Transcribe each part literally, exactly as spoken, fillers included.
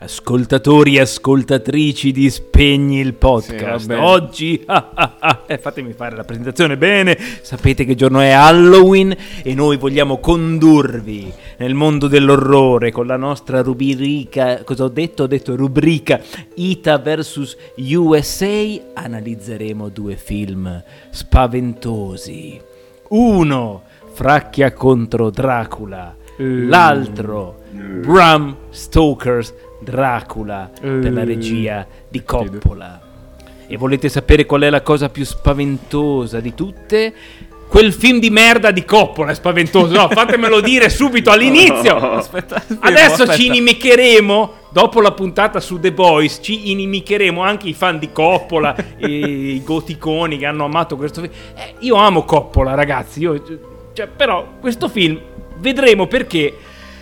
Ascoltatori e ascoltatrici di Spegni il Podcast, sì, oggi ah, ah, ah, eh, fatemi fare la presentazione bene. Sapete che giorno è Halloween e noi vogliamo condurvi nel mondo dell'orrore con la nostra rubrica. Cosa ho detto? Ho detto rubrica Ita versus U S A. Analizzeremo due film spaventosi, uno Fracchia contro Dracula, mm. l'altro mm. Bram Stoker's Dracula, uh, per la regia di Coppola. E volete sapere qual è la cosa più spaventosa di tutte? Quel film di merda di Coppola è spaventoso. No, fatemelo dire subito all'inizio. Oh, aspetta, fermo, Adesso aspetta. Ci inimicheremo. Dopo la puntata su The Boys ci inimicheremo anche i fan di Coppola e i goticoni che hanno amato questo film. Eh, io amo Coppola, ragazzi. Io, cioè, però questo film vedremo perché.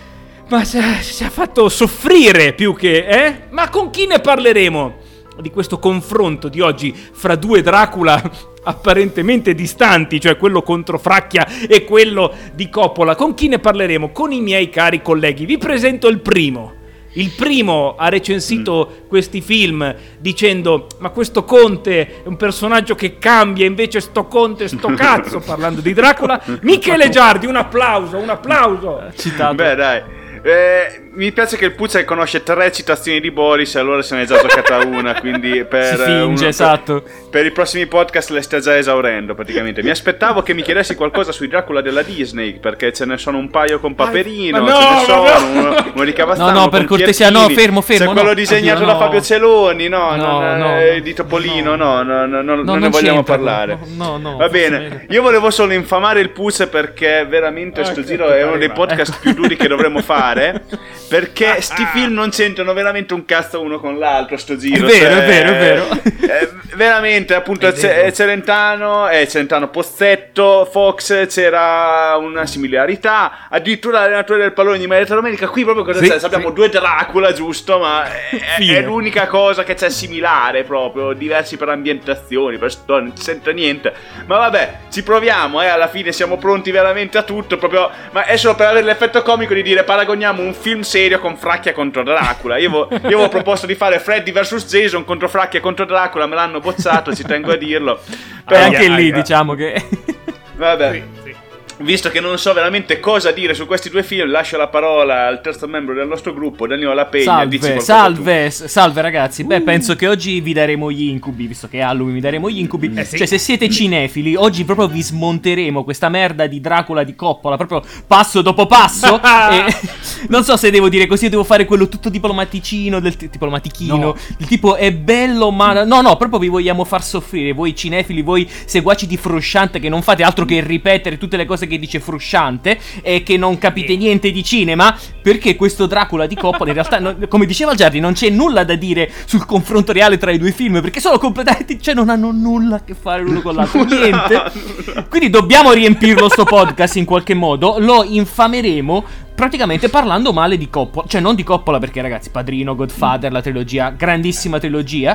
Ma si è fatto soffrire più che, eh? Ma con chi ne parleremo? Di questo confronto di oggi fra due Dracula apparentemente distanti, cioè quello contro Fracchia e quello di Coppola. Con chi ne parleremo? Con i miei cari colleghi. Vi presento il primo. Il primo ha recensito mm. questi film dicendo: ma questo Conte è un personaggio che cambia, invece sto Conte, sto cazzo, parlando di Dracula. Michele Giardi, un applauso, un applauso. Citato. Beh, dai. Eh, mi piace che il Puzza conosce tre citazioni di Boris, allora se ne è già giocata una, quindi per, si finge, uno, esatto. per, per i prossimi podcast le sta già esaurendo praticamente. Mi aspettavo che mi chiedessi qualcosa sui Dracula della Disney, perché ce ne sono un paio con Paperino, no, ce ne sono no. uno, uno di Cavazzano. No, no, per cortesia, no, fermo, fermo. C'è quello no, disegnato addio, da no. Fabio Celoni, no, no, non, no eh, di Topolino, no, no, no, no, no, no non ne non vogliamo c'entra, parlare. No, no, no, Va bene, io volevo solo infamare il Puzza perché veramente sto okay, giro è uno dei podcast più duri che dovremmo fare. Perché ah, sti ah. film non c'entrano veramente un cazzo uno con l'altro, sto giro. È vero, cioè, è vero, è vero. Eh, veramente, appunto, è c- Celentano, eh, Celentano Pozzetto, Fox, c'era una similarità. Addirittura l'allenatore del pallone di Maria Domenica. Qui proprio cosa sì, c'è? Sappiamo sì. due Dracula, giusto? Ma è, è l'unica cosa che c'è similare proprio. Diversi per ambientazioni, per storia, non c'entra niente. Ma vabbè, ci proviamo, eh. Alla fine siamo pronti veramente a tutto. Proprio, ma è solo per avere l'effetto comico di dire paragoniamo un film serio con Fracchia contro Dracula. Io avevo, io avevo proposto di fare Freddy versus Jason contro Fracchia contro Dracula, me l'hanno bocciato, ci tengo a dirlo. Però anche ah, lì ah, diciamo che vabbè, sì, sì. Visto che non so veramente cosa dire su questi due film, lascio la parola al terzo membro del nostro gruppo, Danilo La Pegna. Salve, salve, tu. salve ragazzi. Beh, uh. penso che oggi vi daremo gli incubi, visto che è Halloween vi daremo gli incubi. Eh, sì. Cioè, se siete cinefili, oggi proprio vi smonteremo questa merda di Dracula di Coppola, proprio passo dopo passo. E non so se devo dire così, devo fare quello tutto diplomaticino, del t- diplomatichino. No. Il tipo è bello, ma no, no, proprio vi vogliamo far soffrire. Voi cinefili, voi seguaci di Frusciante, che non fate altro che ripetere tutte le cose che dice Frusciante e che non capite niente di cinema, perché questo Dracula di Coppola in realtà no, come diceva il Giardi, non c'è nulla da dire sul confronto reale tra i due film, perché sono completamente, cioè non hanno nulla a che fare l'uno con l'altro, niente. Quindi dobbiamo riempirlo sto podcast in qualche modo, lo infameremo praticamente parlando male di Coppola, cioè non di Coppola, perché ragazzi, Padrino, Godfather, la trilogia, grandissima trilogia,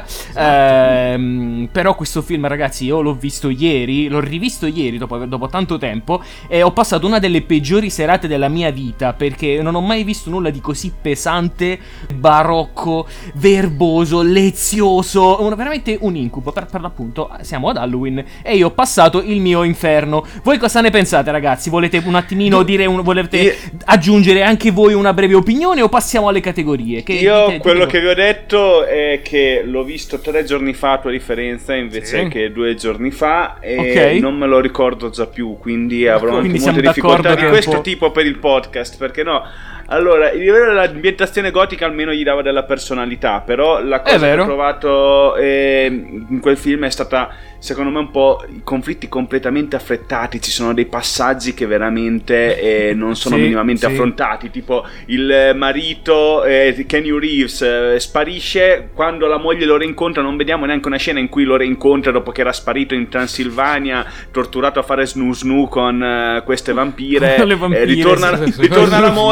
ehm, però questo film ragazzi io l'ho visto ieri, l'ho rivisto ieri dopo, dopo tanto tempo e ho passato una delle peggiori serate della mia vita, perché non ho mai visto nulla di così pesante, barocco, verboso, lezioso, un, veramente un incubo. Per, per l'appunto siamo ad Halloween e io ho passato il mio inferno. Voi cosa ne pensate ragazzi? Volete un attimino dire, un, volete io... aggiungere anche voi una breve opinione o passiamo alle categorie? Che io dite, quello dite... che vi ho detto è che l'ho visto tre giorni fa a tua differenza invece sì. che due giorni fa e okay. non me lo ricordo già più, quindi avrò quindi anche molte difficoltà di questo po'... tipo per il podcast, perché no? Allora, il livello dell'ambientazione gotica almeno gli dava della personalità, però la cosa che ho trovato eh, in quel film è stata, secondo me, un po' i conflitti completamente affrettati. Ci sono dei passaggi che veramente eh, non sono sì, minimamente sì. affrontati, tipo il marito eh, Keanu Reeves eh, sparisce, quando la moglie lo rincontra non vediamo neanche una scena in cui lo rincontra dopo che era sparito in Transilvania, torturato a fare snu snu con uh, queste vampire, vampire eh, ritorna, sì, sì, sì. ritorna la moglie e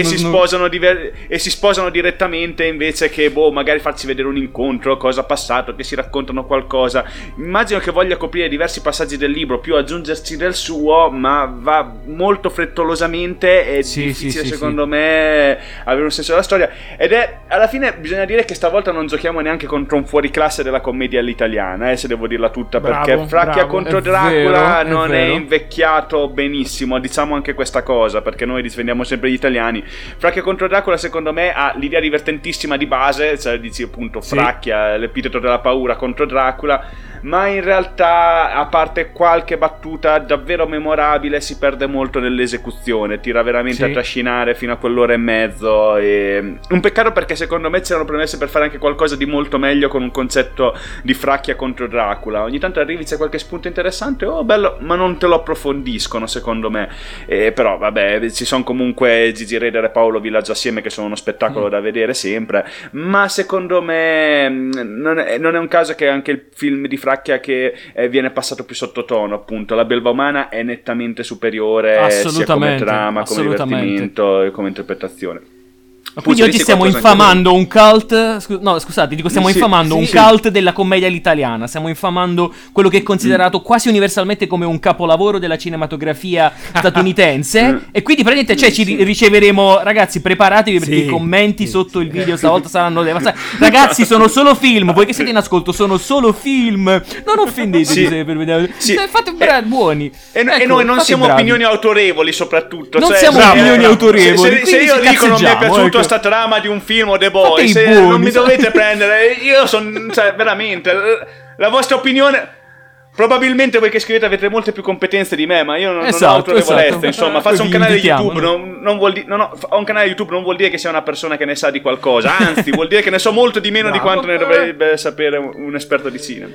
si sposano diver- e si sposano direttamente invece che boh, magari farci vedere un incontro, cosa passato, che si raccontano qualcosa. Immagino che voglia coprire diversi passaggi del libro, più aggiungerci del suo, ma va molto frettolosamente, è sì, difficile sì, secondo sì. me avere un senso della storia, ed è, alla fine bisogna dire che stavolta non giochiamo neanche contro un fuoriclasse della commedia all'italiana, eh, se devo dirla tutta, bravo, perché Fracchia bravo, contro Dracula vero, non è, è invecchiato benissimo, diciamo anche questa cosa, perché noi difendiamo sempre gli italiani. Fracchia contro Dracula secondo me ha l'idea divertentissima di base, cioè dici appunto Fracchia, sì. l'epiteto della paura contro Dracula, ma in realtà, a parte qualche battuta davvero memorabile, si perde molto nell'esecuzione, tira veramente sì. a trascinare fino a quell'ora e mezzo, e... un peccato, perché secondo me c'erano premesse per fare anche qualcosa di molto meglio con un concetto di Fracchia contro Dracula. Ogni tanto arrivi, c'è qualche spunto interessante, oh bello, ma non te lo approfondiscono secondo me, e, però vabbè, ci sono comunque Gigi Reder e Paolo Villaggio assieme, che sono uno spettacolo mm. da vedere sempre, ma secondo me non è, non è un caso che anche il film di Fracchia che eh, viene passato più sottotono, appunto La belva umana è nettamente superiore sia come trama, come divertimento e come interpretazione. Quindi oggi stiamo infamando un cult, scu- no scusate, dico stiamo sì, infamando sì, un sì. cult della commedia all'italiana, stiamo infamando quello che è considerato mm. quasi universalmente come un capolavoro della cinematografia statunitense mm. e quindi praticamente cioè, ci sì. riceveremo, ragazzi preparatevi perché sì. i commenti sì. sotto il video stavolta saranno ragazzi sono solo film, voi che siete in ascolto sono solo film, non offendetevi sì. se per vedere sì. fate bravi, buoni e, ecco, e noi non siamo bravi. Opinioni autorevoli soprattutto, non cioè, siamo bravo, opinioni bravo. autorevoli, se, se io dico non mi è piaciuto ecco. sta trama di un film o The Boys, se buoni, non mi dovete prendere, io sono, cioè veramente la vostra opinione. Probabilmente voi che scrivete avete molte più competenze di me, ma io non, esatto, non ho autorevolezza, esatto. insomma, faccio un canale YouTube, non, non vuol di- non ho, ho un canale YouTube non vuol dire che sia una persona che ne sa di qualcosa, anzi vuol dire che ne so molto di meno Bravo. di quanto ne dovrebbe sapere un esperto di cinema.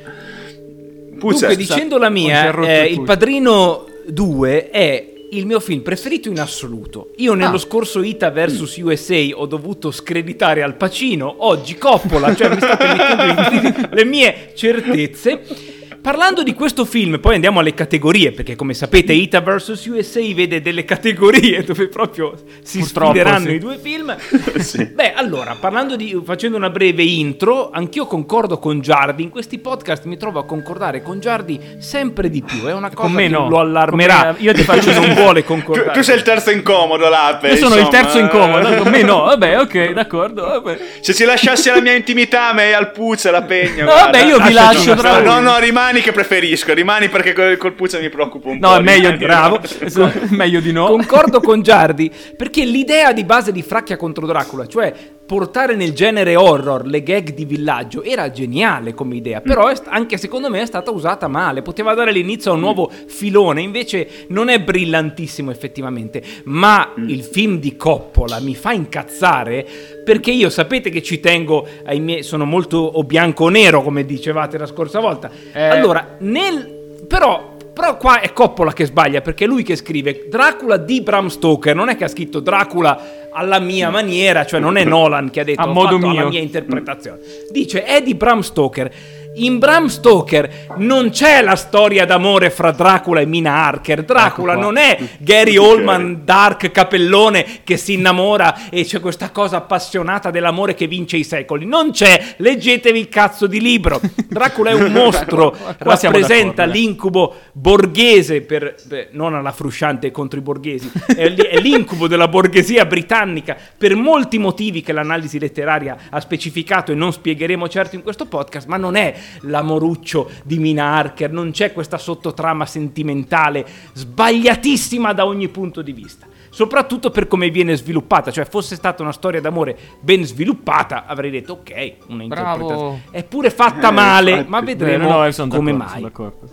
Puzza. Dunque, dicendo la mia, eh, Il Padrino due è il mio film preferito in assoluto. Io nello ah. scorso Ita versus U S A ho dovuto screditare Al Pacino, oggi Coppola, cioè mi state mettendo in crisi le mie certezze. Parlando di questo film, poi andiamo alle categorie, perché come sapete Ita versus U S A vede delle categorie dove proprio si Purtroppo, sfideranno sì. i due film. sì. Beh, allora, parlando di, facendo una breve intro, anch'io concordo con Giardi, in questi podcast mi trovo a concordare con Giardi sempre di più, è una cosa con me che no. lo allarmerà. Io ti faccio non vuole concordare. Tu, tu sei il terzo incomodo, Lappe. Io sono insomma. il terzo incomodo, con me no, vabbè, ok, d'accordo, vabbè. Se ci lasciassi la mia intimità, me al Puzza la pegna. No, vabbè, io vi lascio, no, no, no, rimani che preferisco, rimani perché col, col Puzza mi preoccupo un no, po'. No, è meglio di bravo, meglio di no. Concordo con Giardi, perché l'idea di base di Fracchia contro Dracula, cioè portare nel genere horror le gag di villaggio, era geniale come idea, però è, anche secondo me è stata usata male, poteva dare l'inizio a un nuovo filone, invece non è brillantissimo effettivamente, ma mm. il film di Coppola mi fa incazzare, perché io sapete che ci tengo ai miei, sono molto o bianco o nero come dicevate la scorsa volta, eh. allora nel però Però qua è Coppola che sbaglia, perché è lui che scrive Dracula di Bram Stoker, non è che ha scritto Dracula alla mia maniera, cioè non è Nolan che ha detto a modo mio. alla mia interpretazione. Dice è di Bram Stoker. In Bram Stoker non c'è la storia d'amore fra Dracula e Mina Harker. Dracula ecco non è Gary Oldman, dark capellone che si innamora e c'è questa cosa appassionata dell'amore che vince i secoli. Non c'è, leggetevi il cazzo di libro. Dracula è un mostro, rappresenta l'incubo borghese per, beh, non alla Frusciante contro i borghesi, è, è l'incubo della borghesia britannica per molti motivi che l'analisi letteraria ha specificato e non spiegheremo certo in questo podcast, ma non è l'amoruccio di Mina Harker, non c'è questa sottotrama sentimentale sbagliatissima da ogni punto di vista, soprattutto per come viene sviluppata, cioè fosse stata una storia d'amore ben sviluppata avrei detto ok, una interpretazione, è pure fatta eh, male, infatti, ma vedremo no, no, come mai.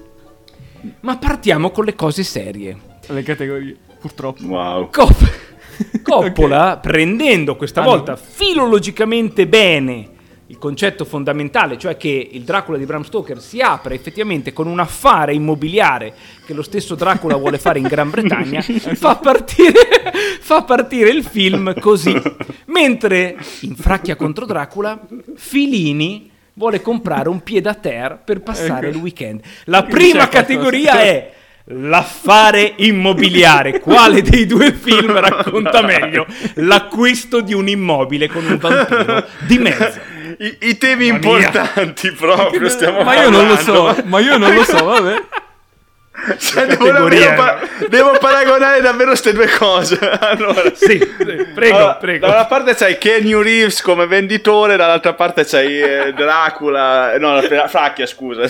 Ma partiamo con le cose serie, le categorie, purtroppo. Wow. Cop- Coppola, okay. prendendo questa ah, volta no. filologicamente bene il concetto fondamentale, cioè che il Dracula di Bram Stoker si apre effettivamente con un affare immobiliare che lo stesso Dracula vuole fare in Gran Bretagna, fa partire, fa partire il film così. Mentre in Fracchia contro Dracula, Fellini vuole comprare un pied-à-terre per passare ecco. il weekend. La prima categoria è L'affare immobiliare. Quale dei due film racconta meglio l'acquisto di un immobile con un vampiro di mezzo? I, i temi Mamma importanti mia. proprio stiamo ma parlando. io non lo so, ma io non lo so, vabbè. Cioè, devo, devo, pa- devo paragonare davvero queste due cose. Allora, sì, sì, prego, allora, prego. Da una parte c'hai Keanu Reeves come venditore, dall'altra parte c'hai eh, Dracula, no, Fracchia, scusa.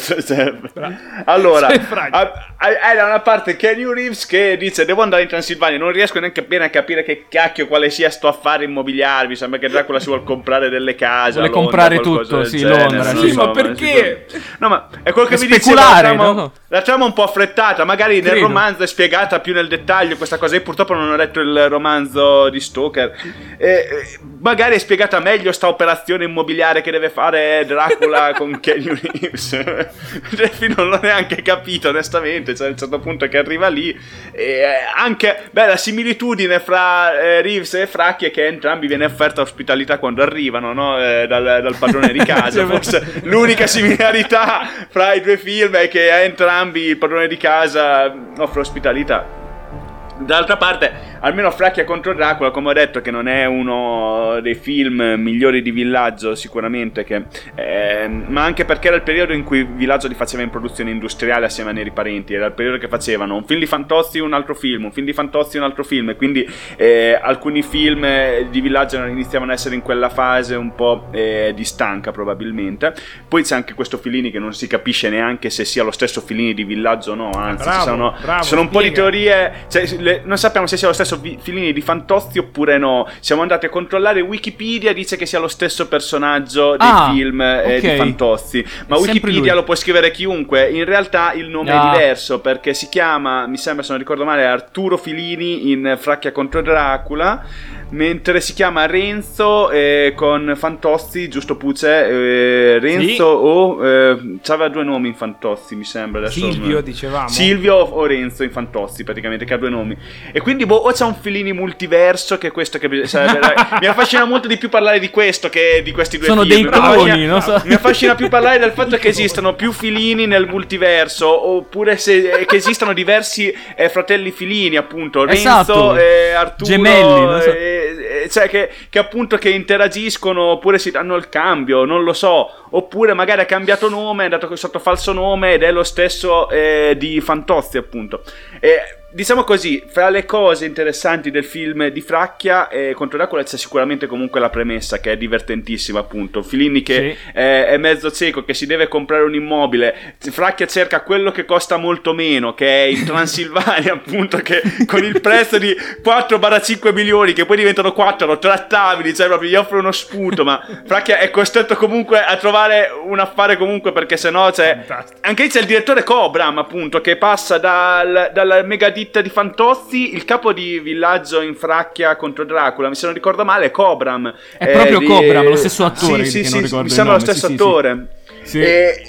Allora, hai da una parte Keanu Reeves che dice: devo andare in Transilvania, non riesco neanche bene a capire che cacchio quale sia sto affare immobiliare. Mi sembra che Dracula si vuole comprare delle case, vuole Londra, comprare tutto, sì, genere, Londra, sì, so, ma perché? No, ma è quello che per vi speculare, dicevo, la trama, no? la trama un po' affrettata. Magari nel Credo. romanzo è spiegata più nel dettaglio questa cosa. Io purtroppo non ho letto il romanzo di Stoker. E, magari è spiegata meglio sta operazione immobiliare che deve fare Dracula con Keanu Reeves. Non l'ho neanche capito onestamente. Cioè, a un certo punto che arriva lì e anche beh, la similitudine fra eh, Reeves e Fracchi è che entrambi viene offerta ospitalità quando arrivano, no? eh, dal, dal padrone di casa. Forse l'unica similarità fra i due film è che a entrambi il padrone di casa offre ospitalità. D'altra parte, almeno Fracchia contro Dracula, come ho detto, che non è uno dei film migliori di Villaggio sicuramente, che, eh, ma anche perché era il periodo in cui Villaggio li faceva in produzione industriale assieme a Neri Parenti. Era il periodo che facevano un film di Fantozzi, un altro film, un film di Fantozzi, un altro film, e quindi eh, alcuni film di Villaggio iniziavano a essere in quella fase un po' eh, di stanca probabilmente. Poi c'è anche questo Fellini che non si capisce neanche se sia lo stesso Fellini di Villaggio o no, anzi bravo, ci sono, bravo, ci sono un spiega. po' di teorie, cioè, le, non sappiamo se sia lo stesso Fellini di Fantozzi oppure no. Siamo andati a controllare Wikipedia, dice che sia lo stesso personaggio dei ah, film eh, okay. di Fantozzi, ma è Wikipedia lo può scrivere chiunque. In realtà il nome ah. è diverso perché si chiama, mi sembra se non ricordo male, Arturo Fellini in Fracchia contro Dracula, mentre si chiama Renzo eh, con Fantozzi, giusto Puce? Eh, Renzo sì. o eh, c'aveva due nomi in Fantozzi, mi sembra. Adesso Silvio non... dicevamo. Silvio o Renzo in Fantozzi, praticamente, che ha due nomi. E quindi boh, o c'è un Fellini multiverso, che è questo che sarebbe... mi affascina molto di più parlare di questo che di questi due Sono film. dei cloni, non so. Mi affascina più parlare del fatto che esistano più Fellini nel multiverso, oppure se, che esistano diversi eh, fratelli Fellini, appunto, Renzo esatto. e Arturo, gemelli, non so. e, e, cioè che, che appunto che interagiscono, oppure si danno il cambio, non lo so, oppure magari ha cambiato nome, è andato sotto falso nome ed è lo stesso eh, di Fantozzi, appunto. E diciamo così, fra le cose interessanti del film di Fracchia eh, contro Dracula c'è sicuramente comunque la premessa che è divertentissima, appunto. Fellini che sì. è, è mezzo cieco, che si deve comprare un immobile, Fracchia cerca quello che costa molto meno, che è in Transilvania, appunto, che con il prezzo di quattro cinque milioni, che poi diventano quattro trattabili, cioè proprio gli offre uno sputo, ma Fracchia è costretto comunque a trovare un affare comunque, perché sennò c'è... Anche lì c'è il direttore Cobram, appunto, che passa dal, dalla mega di Fantozzi, il capo di Villaggio in Fracchia contro Dracula, se non ricordo male, è Cobram. È eh, proprio di... Cobram, lo stesso attore. Sì, che sì, non sì, ricordo mi sembra il nome. lo stesso sì, attore. Sì, sì. E...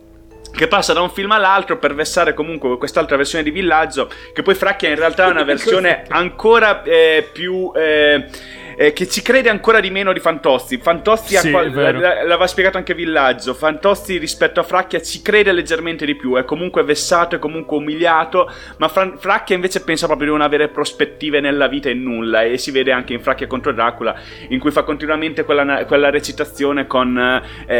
che passa da un film all'altro per vessare comunque quest'altra versione di Villaggio, che poi Fracchia in realtà è una versione ancora eh, più... Eh, Eh, che ci crede ancora di meno di Fantozzi. Fantozzi sì, ha, l'aveva spiegato anche Villaggio. Fantozzi rispetto a Fracchia ci crede leggermente di più, è comunque vessato, è comunque umiliato, ma Fra- Fracchia invece pensa proprio di non avere prospettive nella vita e nulla, e si vede anche in Fracchia contro Dracula, in cui fa continuamente quella, quella recitazione con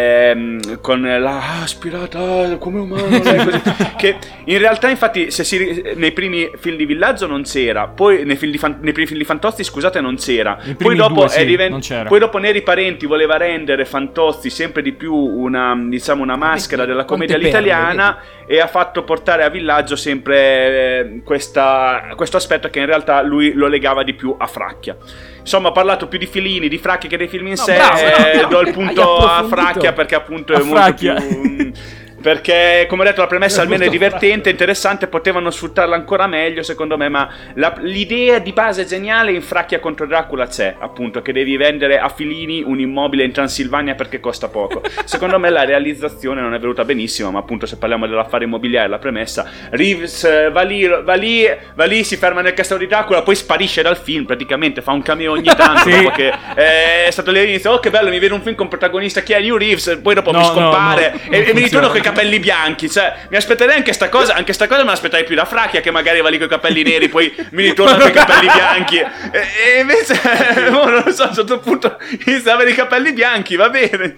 ehm, con la ah, aspirata come umano così, che in realtà infatti se si, nei primi film di Villaggio non c'era, poi nei, film di fan, nei primi film di Fantozzi scusate non c'era. Poi dopo, due, sì, è divent- poi dopo Neri Parenti voleva rendere Fantozzi sempre di più una, diciamo, una maschera della commedia all'italiana, e ha fatto portare a Villaggio sempre eh, questa, questo aspetto che in realtà lui lo legava di più a Fracchia. Insomma, ha parlato più di Fellini, di Fracchia che dei film in no, sé. Bravo, eh, no, do il punto a Fracchia perché appunto è molto Fracchia. più... Perché, come ho detto, la premessa almeno è divertente, interessante, potevano sfruttarla ancora meglio, secondo me, ma la, l'idea di base geniale in Fracchia contro Dracula c'è, appunto, che devi vendere a Fellini un immobile in Transilvania perché costa poco. Secondo me la realizzazione non è venuta benissimo, ma appunto se parliamo dell'affare immobiliare, la premessa, Reeves va lì, va lì, va lì, si ferma nel castello di Dracula, poi sparisce dal film, praticamente fa un cameo ogni tanto, sì. dopo che eh, è stato lì all'inizio, oh che bello, mi vedo un film con protagonista Keanu Reeves, poi dopo no, mi scompare, no, no, e, e mi ritorno che capelli bianchi, cioè mi aspetterei anche sta cosa, anche sta cosa me l'aspetterei più da Fracchia, che magari va lì con i capelli neri, poi mi ritorna con i capelli bianchi, e, e invece oh, non lo so, a un certo punto inizia ad avere i capelli bianchi, va bene.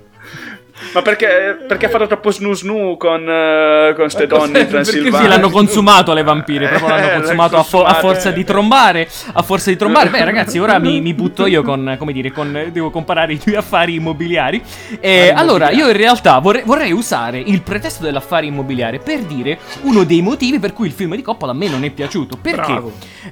Ma perché, perché ha fatto troppo snu snu con, uh, con ste donne in Transilvania? Sì, l'hanno consumato le vampire, proprio l'hanno consumato a, fo- a forza di trombare, a forza di trombare. Beh ragazzi, ora mi, mi butto io con, come dire, con, devo comparare i due affari immobiliari. E allora, io in realtà vorrei, vorrei usare il pretesto dell'affare immobiliare per dire uno dei motivi per cui il film di Coppola a me non è piaciuto. Perché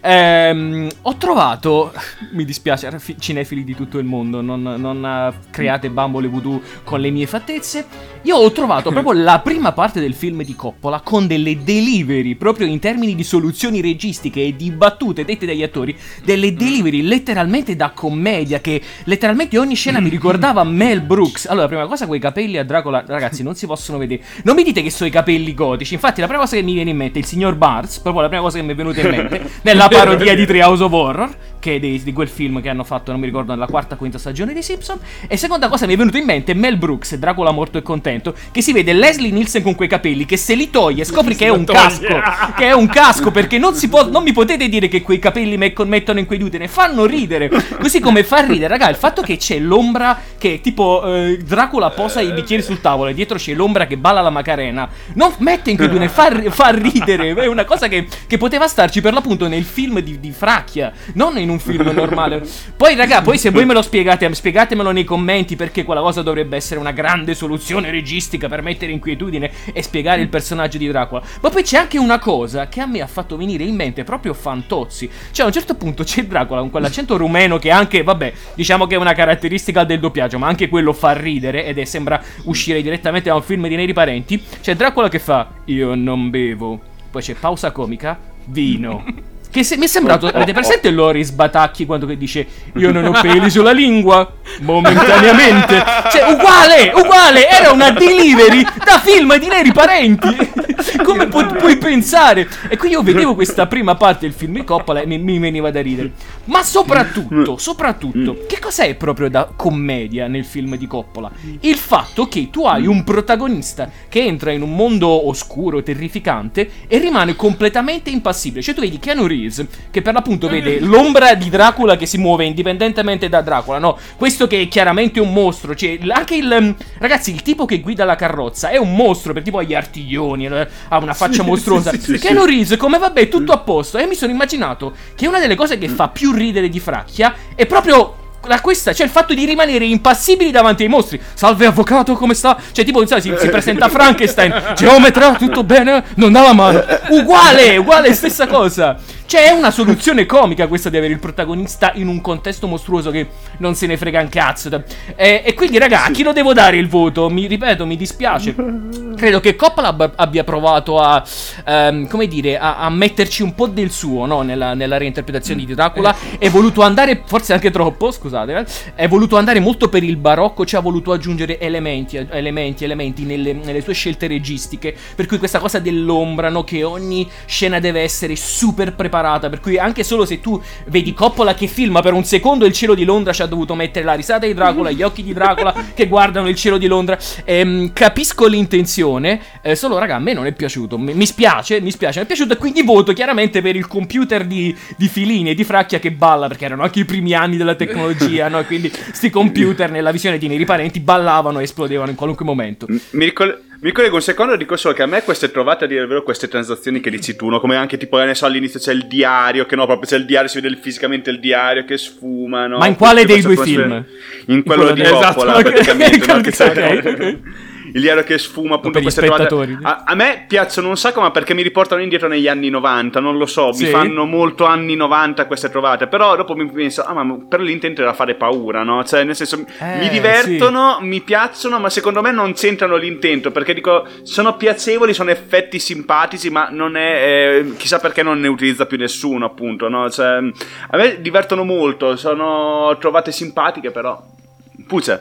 ehm, ho trovato, mi dispiace, cinefili di tutto il mondo, non, non create bambole voodoo con le mie fattezze. Io ho trovato proprio la prima parte del film di Coppola con delle delivery, proprio in termini di soluzioni registiche e di battute dette dagli attori, delle delivery letteralmente da commedia, che letteralmente ogni scena mi ricordava Mel Brooks. Allora, prima cosa, quei capelli a Dracula, ragazzi, non si possono vedere. Non mi dite che sono i capelli gotici. Infatti la prima cosa che mi viene in mente è il signor Barnes, proprio la prima cosa che mi è venuta in mente nella parodia di Treehouse of Horror, che è di, di quel film che hanno fatto, non mi ricordo, nella quarta o quinta stagione di Simpson. E seconda cosa che mi è venuta in mente è Mel Brooks, Dracula morto e contento, che si vede Leslie Nielsen con quei capelli, che se li toglie scopri che è un casco, che è un casco, perché non si può, non mi potete dire che quei capelli me- mettono in quei due, ne fanno ridere, così come fa ridere, raga, il fatto che c'è l'ombra che tipo eh, Dracula posa i bicchieri sul tavolo e dietro c'è l'ombra che balla la Macarena, non mette in quei due, ne fa, fa ridere, è una cosa che, che poteva starci per l'appunto nel film di, di Fracchia, non in un film normale. Poi raga, poi se voi me lo spiegate, spiegatemelo nei commenti, perché quella cosa dovrebbe essere una grande soluzione registica per mettere inquietudine e spiegare il personaggio di Dracula. Ma poi c'è anche una cosa che a me ha fatto venire in mente proprio Fantozzi. Cioè a un certo punto c'è Dracula con quell'accento rumeno che anche, vabbè, diciamo che è una caratteristica del doppiaggio, ma anche quello fa ridere ed è, sembra uscire direttamente da un film di Neri Parenti. C'è Dracula che fa io non bevo, poi c'è pausa comica, vino. Che se, mi è sembrato, avete presente Loris Batacchi quando che dice io non ho peli sulla lingua momentaneamente, cioè uguale, uguale, era una delivery da film di Neri Parenti. Come pu- puoi pensare? E qui io vedevo questa prima parte del film di Coppola e mi, mi veniva da ridere. Ma soprattutto, soprattutto, che cos'è proprio da commedia nel film di Coppola? Il fatto che tu hai un protagonista che entra in un mondo oscuro, terrificante e rimane completamente impassibile. Cioè tu vedi Keanu Reeves, che per l'appunto vede l'ombra di Dracula che si muove indipendentemente da Dracula, no? Questo che è chiaramente un mostro, cioè anche il, ragazzi, il tipo che guida la carrozza è un mostro, per tipo ha gli artiglioni, ha una faccia sì, mostruosa. Sì, sì, Keanu Reeves, come vabbè, tutto a posto. E mi sono immaginato che una delle cose che fa più ridere di Fracchia è proprio la questa, cioè il fatto di rimanere impassibili davanti ai mostri. Salve avvocato, come sta? Cioè tipo, sai, si, si presenta Frankenstein, geometra, tutto bene? Non dà la mano. Uguale, uguale, stessa cosa. Cioè è una soluzione comica questa di avere il protagonista in un contesto mostruoso che non se ne frega un cazzo. E, e quindi raga, a chi lo devo dare il voto? Mi ripeto, mi dispiace. Credo che Coppola ab- abbia provato a um, come dire, a, a metterci un po' del suo, no? Nella, nella reinterpretazione di Dracula. È voluto andare, forse anche troppo, scusate, eh? È voluto andare molto per il barocco, ci ha voluto aggiungere elementi, elementi, elementi nelle, nelle sue scelte registiche. Per cui questa cosa dell'ombra, no? Che ogni scena deve essere super preparata. Per cui anche solo se tu vedi Coppola che filma per un secondo il cielo di Londra, ci ha dovuto mettere la risata di Dracula, gli occhi di Dracula che guardano il cielo di Londra. ehm, Capisco l'intenzione, eh, solo raga a me non è piaciuto. Mi, mi spiace, mi spiace, mi è piaciuto, e quindi voto chiaramente per il computer di, di Fellini e di Fracchia che balla, perché erano anche i primi anni della tecnologia, no? Quindi sti computer nella visione di Neri Parenti ballavano e esplodevano in qualunque momento. Mi ricordo Mi collego un secondo, dico solo che a me queste trovate, a dire il vero, queste transazioni che dici tu, no? Come anche tipo, ne so, all'inizio c'è il diario, che no, proprio c'è il diario, si vede fisicamente il diario che sfuma, no? Ma in quale dei due film? In quello, in quello di Coppola, esatto, praticamente, no? Che c'è, okay. Il diario che sfuma, appunto, queste trovate. A, a me piacciono un sacco, ma perché mi riportano indietro negli anni novanta, non lo so, sì. Mi fanno molto anni novanta queste trovate, però dopo mi penso, ah, ma per l'intento era fare paura, no? Cioè, nel senso, eh, mi divertono, sì. Mi piacciono, ma secondo me non c'entrano l'intento, perché dico, sono piacevoli, sono effetti simpatici, ma non è, eh, chissà perché non ne utilizza più nessuno, appunto, no? Cioè, a me divertono molto, sono trovate simpatiche, però Puce.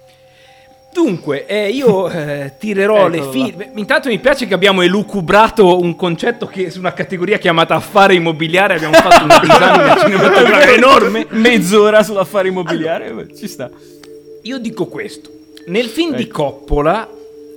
Dunque, eh, io eh, tirerò ecco, le file. Intanto mi piace che abbiamo elucubrato un concetto che su una categoria chiamata affare immobiliare abbiamo fatto una disamina cinematografica enorme. Mezz'ora sull'affare immobiliare, ci sta. Io dico questo. Nel film ecco. di Coppola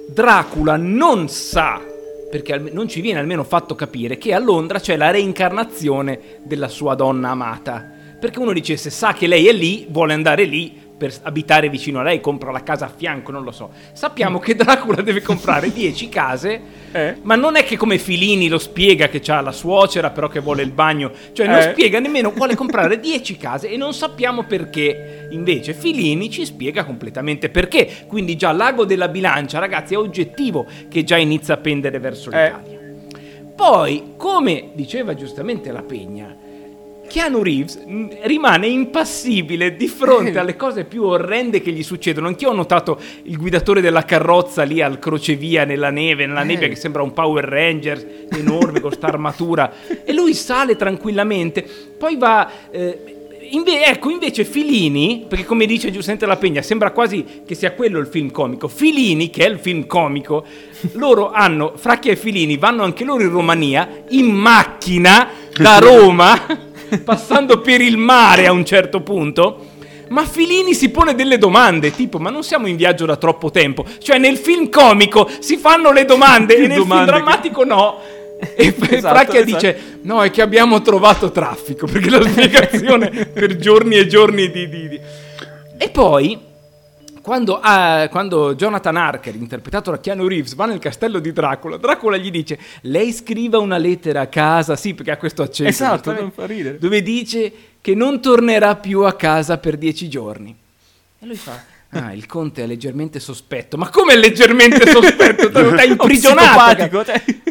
Dracula non sa, perché non ci viene almeno fatto capire, che a Londra c'è la reincarnazione della sua donna amata. Perché uno dice, se sa che lei è lì, vuole andare lì per abitare vicino a lei, compra la casa a fianco, non lo so. Sappiamo che Dracula deve comprare dieci case, eh? ma non è che come Fellini lo spiega che c'ha la suocera però che vuole il bagno, cioè non eh? spiega nemmeno, vuole comprare dieci case e non sappiamo perché. Invece Fellini ci spiega completamente perché. Quindi già l'ago della bilancia, ragazzi, è oggettivo che già inizia a pendere verso eh. l'Italia. Poi, come diceva giustamente la Pegna, Keanu Reeves rimane impassibile di fronte alle cose più orrende che gli succedono. Anch'io ho notato il guidatore della carrozza lì al crocevia nella neve, nella nebbia, che sembra un Power Ranger enorme con sta armatura, e lui sale tranquillamente. Poi va eh, inve- ecco invece Fellini, perché come dice giustamente la Pegna, sembra quasi che sia quello il film comico. Fellini, che è il film comico, loro hanno, Fracchia e Fellini vanno anche loro in Romania in macchina da Roma passando per il mare a un certo punto, ma Fellini si pone delle domande, tipo, ma non siamo in viaggio da troppo tempo? Cioè nel film comico si fanno le domande e nel domande film drammatico che... no. E esatto, Fracchia esatto. dice, no, è che abbiamo trovato traffico, perché la spiegazione per giorni e giorni di... di, di. E poi... Quando, uh, quando Jonathan Harker, interpretato da Keanu Reeves, va nel castello di Dracula, Dracula gli dice, lei scriva una lettera a casa, sì, perché ha questo accento, esatto, non fa ridere, dove dice che non tornerà più a casa per dieci giorni. E lui fa, ah, il conte è leggermente sospetto. Ma come è leggermente sospetto? T'hai imprigionato.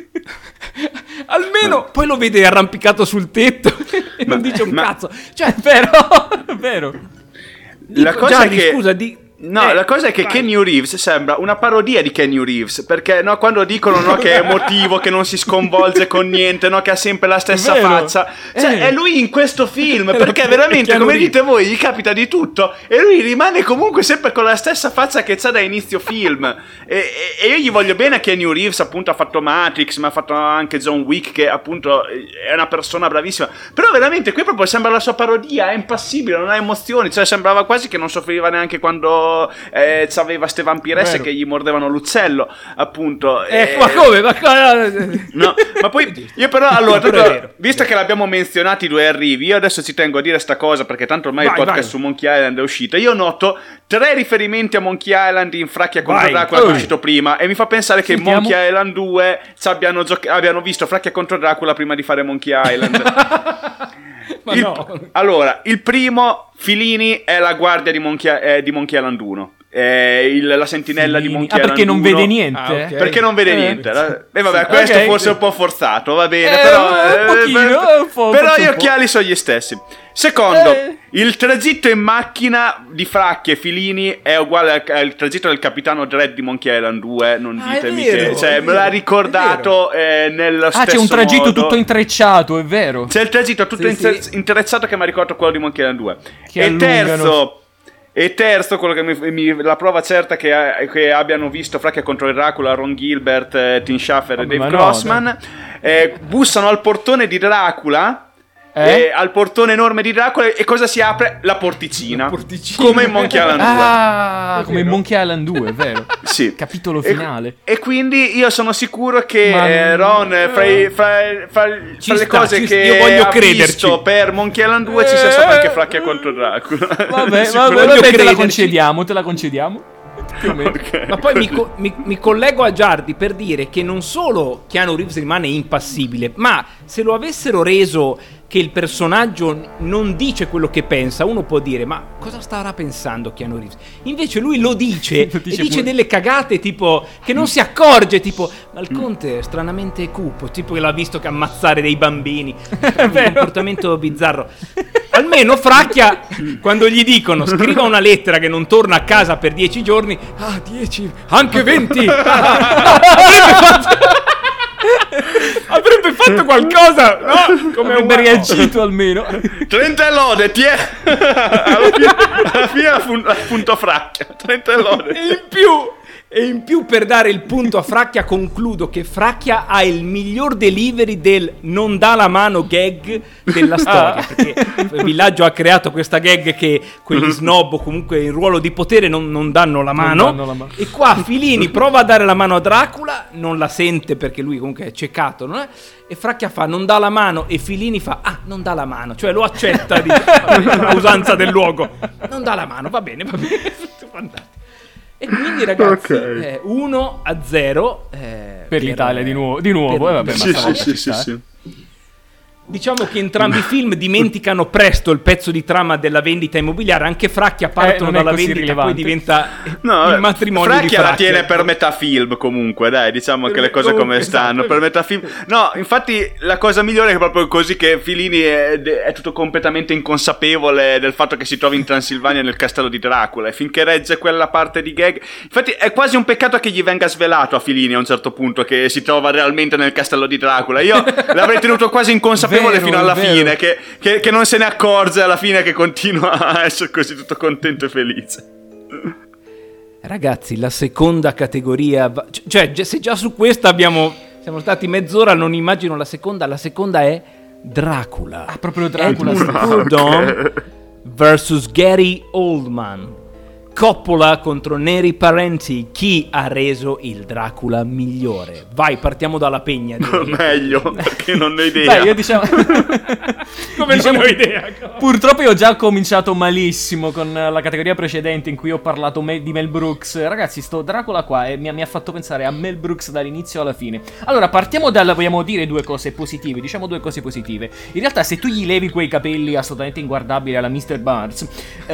Almeno poi lo vede arrampicato sul tetto e ma, non dice un ma... cazzo. Cioè, vero, vero. Dico, la cosa Gianni, che... scusa, di... No, eh, la cosa è che vai. Keanu Reeves sembra una parodia di Keanu Reeves, perché no, quando dicono no, che è emotivo, che non si sconvolge con niente, no, che ha sempre la stessa faccia, cioè eh. è lui in questo film, perché veramente, come Reeves. Dite voi, gli capita di tutto e lui rimane comunque sempre con la stessa faccia che c'ha da inizio film. e, e, e io gli voglio bene a Keanu Reeves, appunto ha fatto Matrix, ma ha fatto anche John Wick, che appunto è una persona bravissima, però veramente qui proprio sembra la sua parodia, è impassibile, non ha emozioni, cioè sembrava quasi che non soffriva neanche quando Eh, c'aveva ste vampiresse Vero. Che gli mordevano l'uccello, appunto. Eh, eh ma come? Ma, no, ma poi io però allora, tanto, visto che l'abbiamo menzionati i due arrivi, io adesso ci tengo a dire sta cosa, perché tanto ormai vai, il podcast vai. Su Monkey Island è uscito. Io noto tre riferimenti a Monkey Island in Fracchia contro vai. Dracula, che è uscito prima, e mi fa pensare che Sentiamo. Monkey Island due ci abbiano, gioca- abbiano visto Fracchia contro Dracula prima di fare Monkey Island. Ma il, no. Allora, il primo, Fellini è la guardia di Monkey, eh, di Monkey Island uno. Eh, il, la sentinella Fellini. di Monkey ah, Island perché non uno. vede niente? Ah, okay. Perché non vede eh, niente. E eh, vabbè, sì, questo okay, forse sì. è un po' forzato, va bene, eh, però, un pochino, eh, un po', però gli un occhiali sono gli stessi. Secondo, eh. il tragitto in macchina di Fracchia e Fellini è uguale al, al tragitto del capitano Dredd di Monkey Island due, non ah, ditemi vero, che, cioè, me l'ha ricordato eh, nello ah, stesso c'è un tragitto modo. Tutto intrecciato, è vero. C'è il tragitto tutto sì, inter- sì. intrecciato che mi ha ricordato quello di Monkey Island due. Che e allungano. terzo E terzo, quello che mi, mi, la prova certa che, che abbiano visto Fracchia contro il Dracula, Ron Gilbert, eh, Tim Schafer e Dave Grossman, no, eh, bussano al portone di Dracula, eh? Eh, al portone enorme di Dracula, e cosa si apre? La porticina, La porticina. Come in Monkey Island due. Ah, come in Monkey Island due, è vero. Sì. Capitolo finale. E, e quindi io sono sicuro che Ma... eh, Ron, fra, i, fra, fra, fra le sta, cose ci, che io voglio ha crederci. visto per Monkey Island due, eh, ci sia stato anche Fracchia contro Dracula. Vabbè, vabbè, vabbè te la concediamo, te la concediamo. Okay, ma poi mi, co- mi, mi collego a Giardi per dire che non solo Keanu Reeves rimane impassibile, ma se lo avessero reso che il personaggio non dice quello che pensa, uno può dire ma cosa starà pensando Keanu Reeves? Invece lui lo dice, lo dice e dice pure. delle cagate tipo che non si accorge, tipo ma il conte è stranamente cupo, tipo che l'ha visto che ammazzare dei bambini, un comportamento bizzarro. Almeno Fracchia, quando gli dicono scriva una lettera che non torna a casa per dieci giorni, ah dieci, anche venti, avrebbe fatto, avrebbe fatto qualcosa, no? Come avrebbe reagito almeno. trenta lode, ti è alla fine, alla fine ha punto Fracchia, trenta lode. E in più E in più, per dare il punto a Fracchia, concludo che Fracchia ha il miglior delivery del non dà la mano gag della storia, perché il Villaggio ha creato questa gag che quelli snob o comunque in ruolo di potere non, non danno la mano, danno la mano. E qua Filini prova a dare la mano a Dracula, non la sente perché lui comunque è ciecato, non è? E Fracchia fa non dà la mano e Filini fa ah non dà la mano, cioè lo accetta di la usanza del luogo, non dà la mano, va bene, va bene, fantastico. E quindi ragazzi, okay. eh, uno a zero eh, per, per l'Italia di nuovo, di nuovo per... eh, vabbè, sì, sì, sì, sì, sì. Diciamo che entrambi i film dimenticano presto il pezzo di trama della vendita immobiliare. Anche Fracchia partono eh, dalla vendita rilevante. Poi diventa no, il matrimonio Fracchia di Fracchia la tiene per metà film comunque, dai, diciamo per che le cose come stanno, esatto. Per metà film. No, infatti la cosa migliore è che proprio così che Filini è, è tutto completamente inconsapevole del fatto che si trovi in Transilvania nel castello di Dracula, e finché regge quella parte di gag, infatti è quasi un peccato che gli venga svelato a Filini a un certo punto che si trova realmente nel castello di Dracula. Io l'avrei tenuto quasi inconsapevole Vero, fino alla fine, che, che, che non se ne accorge alla fine, che continua a essere così tutto contento e felice. Ragazzi, la seconda categoria, cioè se già su questa abbiamo siamo stati mezz'ora, non immagino la seconda. La seconda è Dracula. Ah, proprio Dracula. Okay. versus Gary Oldman. Coppola contro Neri Parenti. Chi ha reso il Dracula migliore? Vai, partiamo dalla Pegna. Meglio, perché non ho idea. Beh, io diciamo come diciamo, non ho idea. Purtroppo io ho già cominciato malissimo con la categoria precedente in cui ho parlato me- di Mel Brooks. Ragazzi, sto Dracula qua eh, mi, mi ha fatto pensare a Mel Brooks dall'inizio alla fine. Allora, partiamo dalla, vogliamo dire due cose positive, diciamo due cose positive. In realtà, se tu gli levi quei capelli assolutamente inguardabili alla mister Barnes,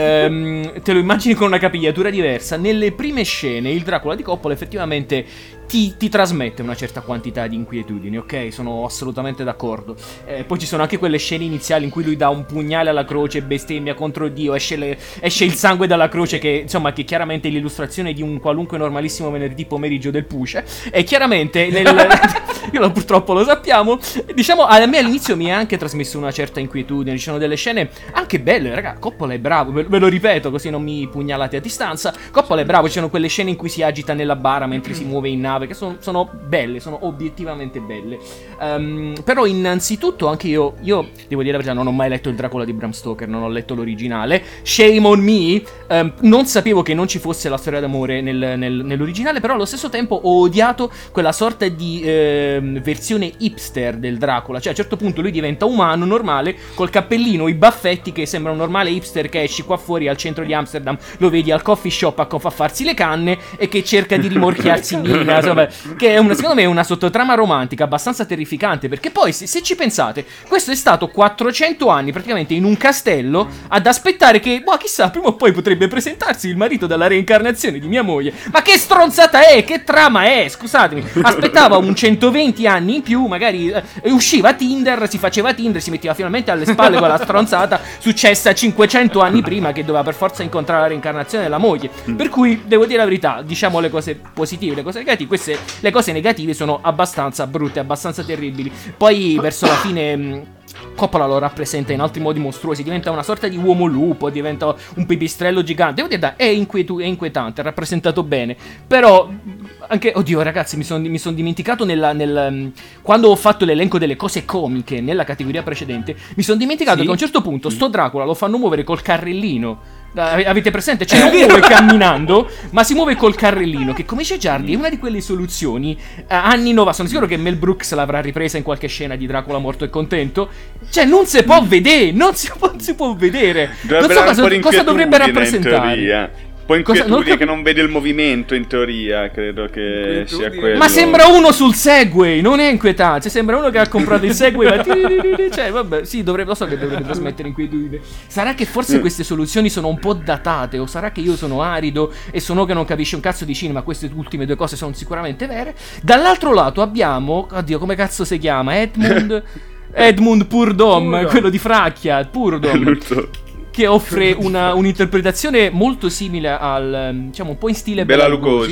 ehm, te lo immagini con una capigliatura diversa. Nelle prime scene il Dracula di Coppola effettivamente ti, ti trasmette una certa quantità di inquietudini, ok? Sono assolutamente d'accordo. Eh, poi ci sono anche quelle scene iniziali in cui lui dà un pugnale alla croce, bestemmia contro Dio, esce, le, esce il sangue dalla croce, che insomma che chiaramente è l'illustrazione di un qualunque normalissimo venerdì pomeriggio del Puce. E chiaramente nel io purtroppo lo sappiamo, diciamo a me all'inizio mi ha anche trasmesso una certa inquietudine. Ci sono delle scene anche belle, raga. Coppola è bravo, ve, ve lo ripeto così non mi pugnalate a distanza. Coppola è bravo, ci sono quelle scene in cui si agita nella bara mentre si muove in nave, che sono, sono belle, sono obiettivamente belle. Um, però innanzitutto anche io, io devo dire la verità, non ho mai letto il Dracula di Bram Stoker, non ho letto l'originale. Shame on me, um, non sapevo che non ci fosse la storia d'amore nel, nel, nell'originale, però allo stesso tempo ho odiato quella sorta di eh, versione hipster del Dracula. Cioè a un certo punto lui diventa umano, normale, col cappellino, i baffetti, che sembra un normale hipster che esci qua fuori al centro di Amsterdam, lo vedi al coffee shop a a farsi le canne e che cerca di rimorchiarsi in linea, insomma, che è una, secondo me è una sottotrama romantica abbastanza terrificante, perché poi se, se ci pensate, questo è stato quattrocento anni praticamente in un castello ad aspettare che, boh, chissà, prima o poi potrebbe presentarsi il marito della reincarnazione di mia moglie. Ma che stronzata è, che trama è, scusatemi. Aspettava un centoventi anni in più, magari eh, usciva Tinder, si faceva Tinder, si metteva finalmente alle spalle quella stronzata successa cinquecento anni prima, che doveva per forza incontrare la reincarnazione della moglie. Per cui devo dire la verità, diciamo le cose positive, le cose negative. Queste, le cose negative sono abbastanza brutte, abbastanza terribili. Poi verso la fine mh, Coppola lo rappresenta in altri modi mostruosi, diventa una sorta di uomo lupo, diventa un pipistrello gigante. Devo dire, è, inquietu- è inquietante, è rappresentato bene. Però anche, oddio ragazzi, mi sono mi son dimenticato nella, nel, quando ho fatto l'elenco delle cose comiche nella categoria precedente, mi sono dimenticato sì? che a un certo punto sto Dracula lo fanno muovere col carrellino. Avete presente? Cioè non muove camminando, ma si muove col carrellino, che come dice Giardi è una di quelle soluzioni uh, anni novanta. Sono sicuro che Mel Brooks l'avrà ripresa in qualche scena di Dracula morto e contento. Cioè non si può vedere, non si può, non si può vedere. Dovrebbe non so cosa, cosa dovrebbe rappresentare. Poi inquietudine non cap- che non vede il movimento, in teoria, credo che sia quello. Ma sembra uno sul Segway, non è inquietante, sembra uno che ha comprato il Segway, ma cioè vabbè, sì, dovrebbe, lo so che dovrebbe trasmettere inquietudine. Sarà che forse queste soluzioni sono un po' datate, o sarà che io sono arido e sono che non capisce un cazzo di cinema. Queste ultime due cose sono sicuramente vere. Dall'altro lato abbiamo, oddio, come cazzo si chiama? Edmund Edmund Purdom, Purdom. Quello di Fracchia, Purdom, che offre una, un'interpretazione molto simile al, diciamo, un po' in stile Bela Bela Lugosi. Lugosi.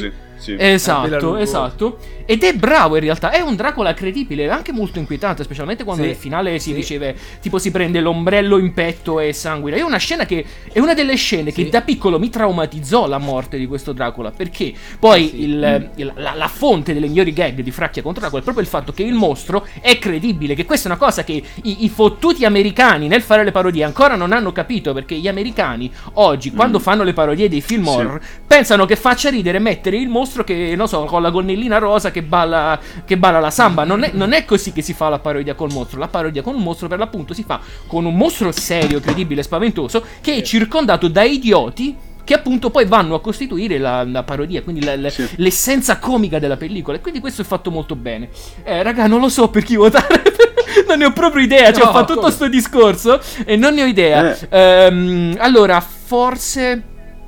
sì. Esatto, esatto. Ed è bravo in realtà, è un Dracula credibile, anche molto inquietante, specialmente quando sì, nel finale si sì. riceve, tipo si prende l'ombrello in petto e sanguina. È una scena che è una delle scene sì. che da piccolo mi traumatizzò la morte di questo Dracula, perché poi sì. il, il, la, la fonte delle migliori gag di Fracchia contro Dracula è proprio il fatto che il mostro è credibile, che questa è una cosa che i, i fottuti americani nel fare le parodie ancora non hanno capito, perché gli americani oggi mm. quando fanno le parodie dei film horror sì. pensano che faccia ridere mettere il mostro che, non so, con la gonnellina rosa che balla, che balla la samba. Non è, non è così che si fa la parodia col mostro. La parodia con un mostro per l'appunto si fa con un mostro serio, credibile, spaventoso, che è circondato da idioti che appunto poi vanno a costituire la, la parodia, quindi la, la, sì. l'essenza comica della pellicola. E quindi questo è fatto molto bene. Eh, raga, non lo so per chi votare. Non ne ho proprio idea. Cioè, no, ho fatto come? tutto sto discorso e non ne ho idea. Eh. Ehm, allora, forse...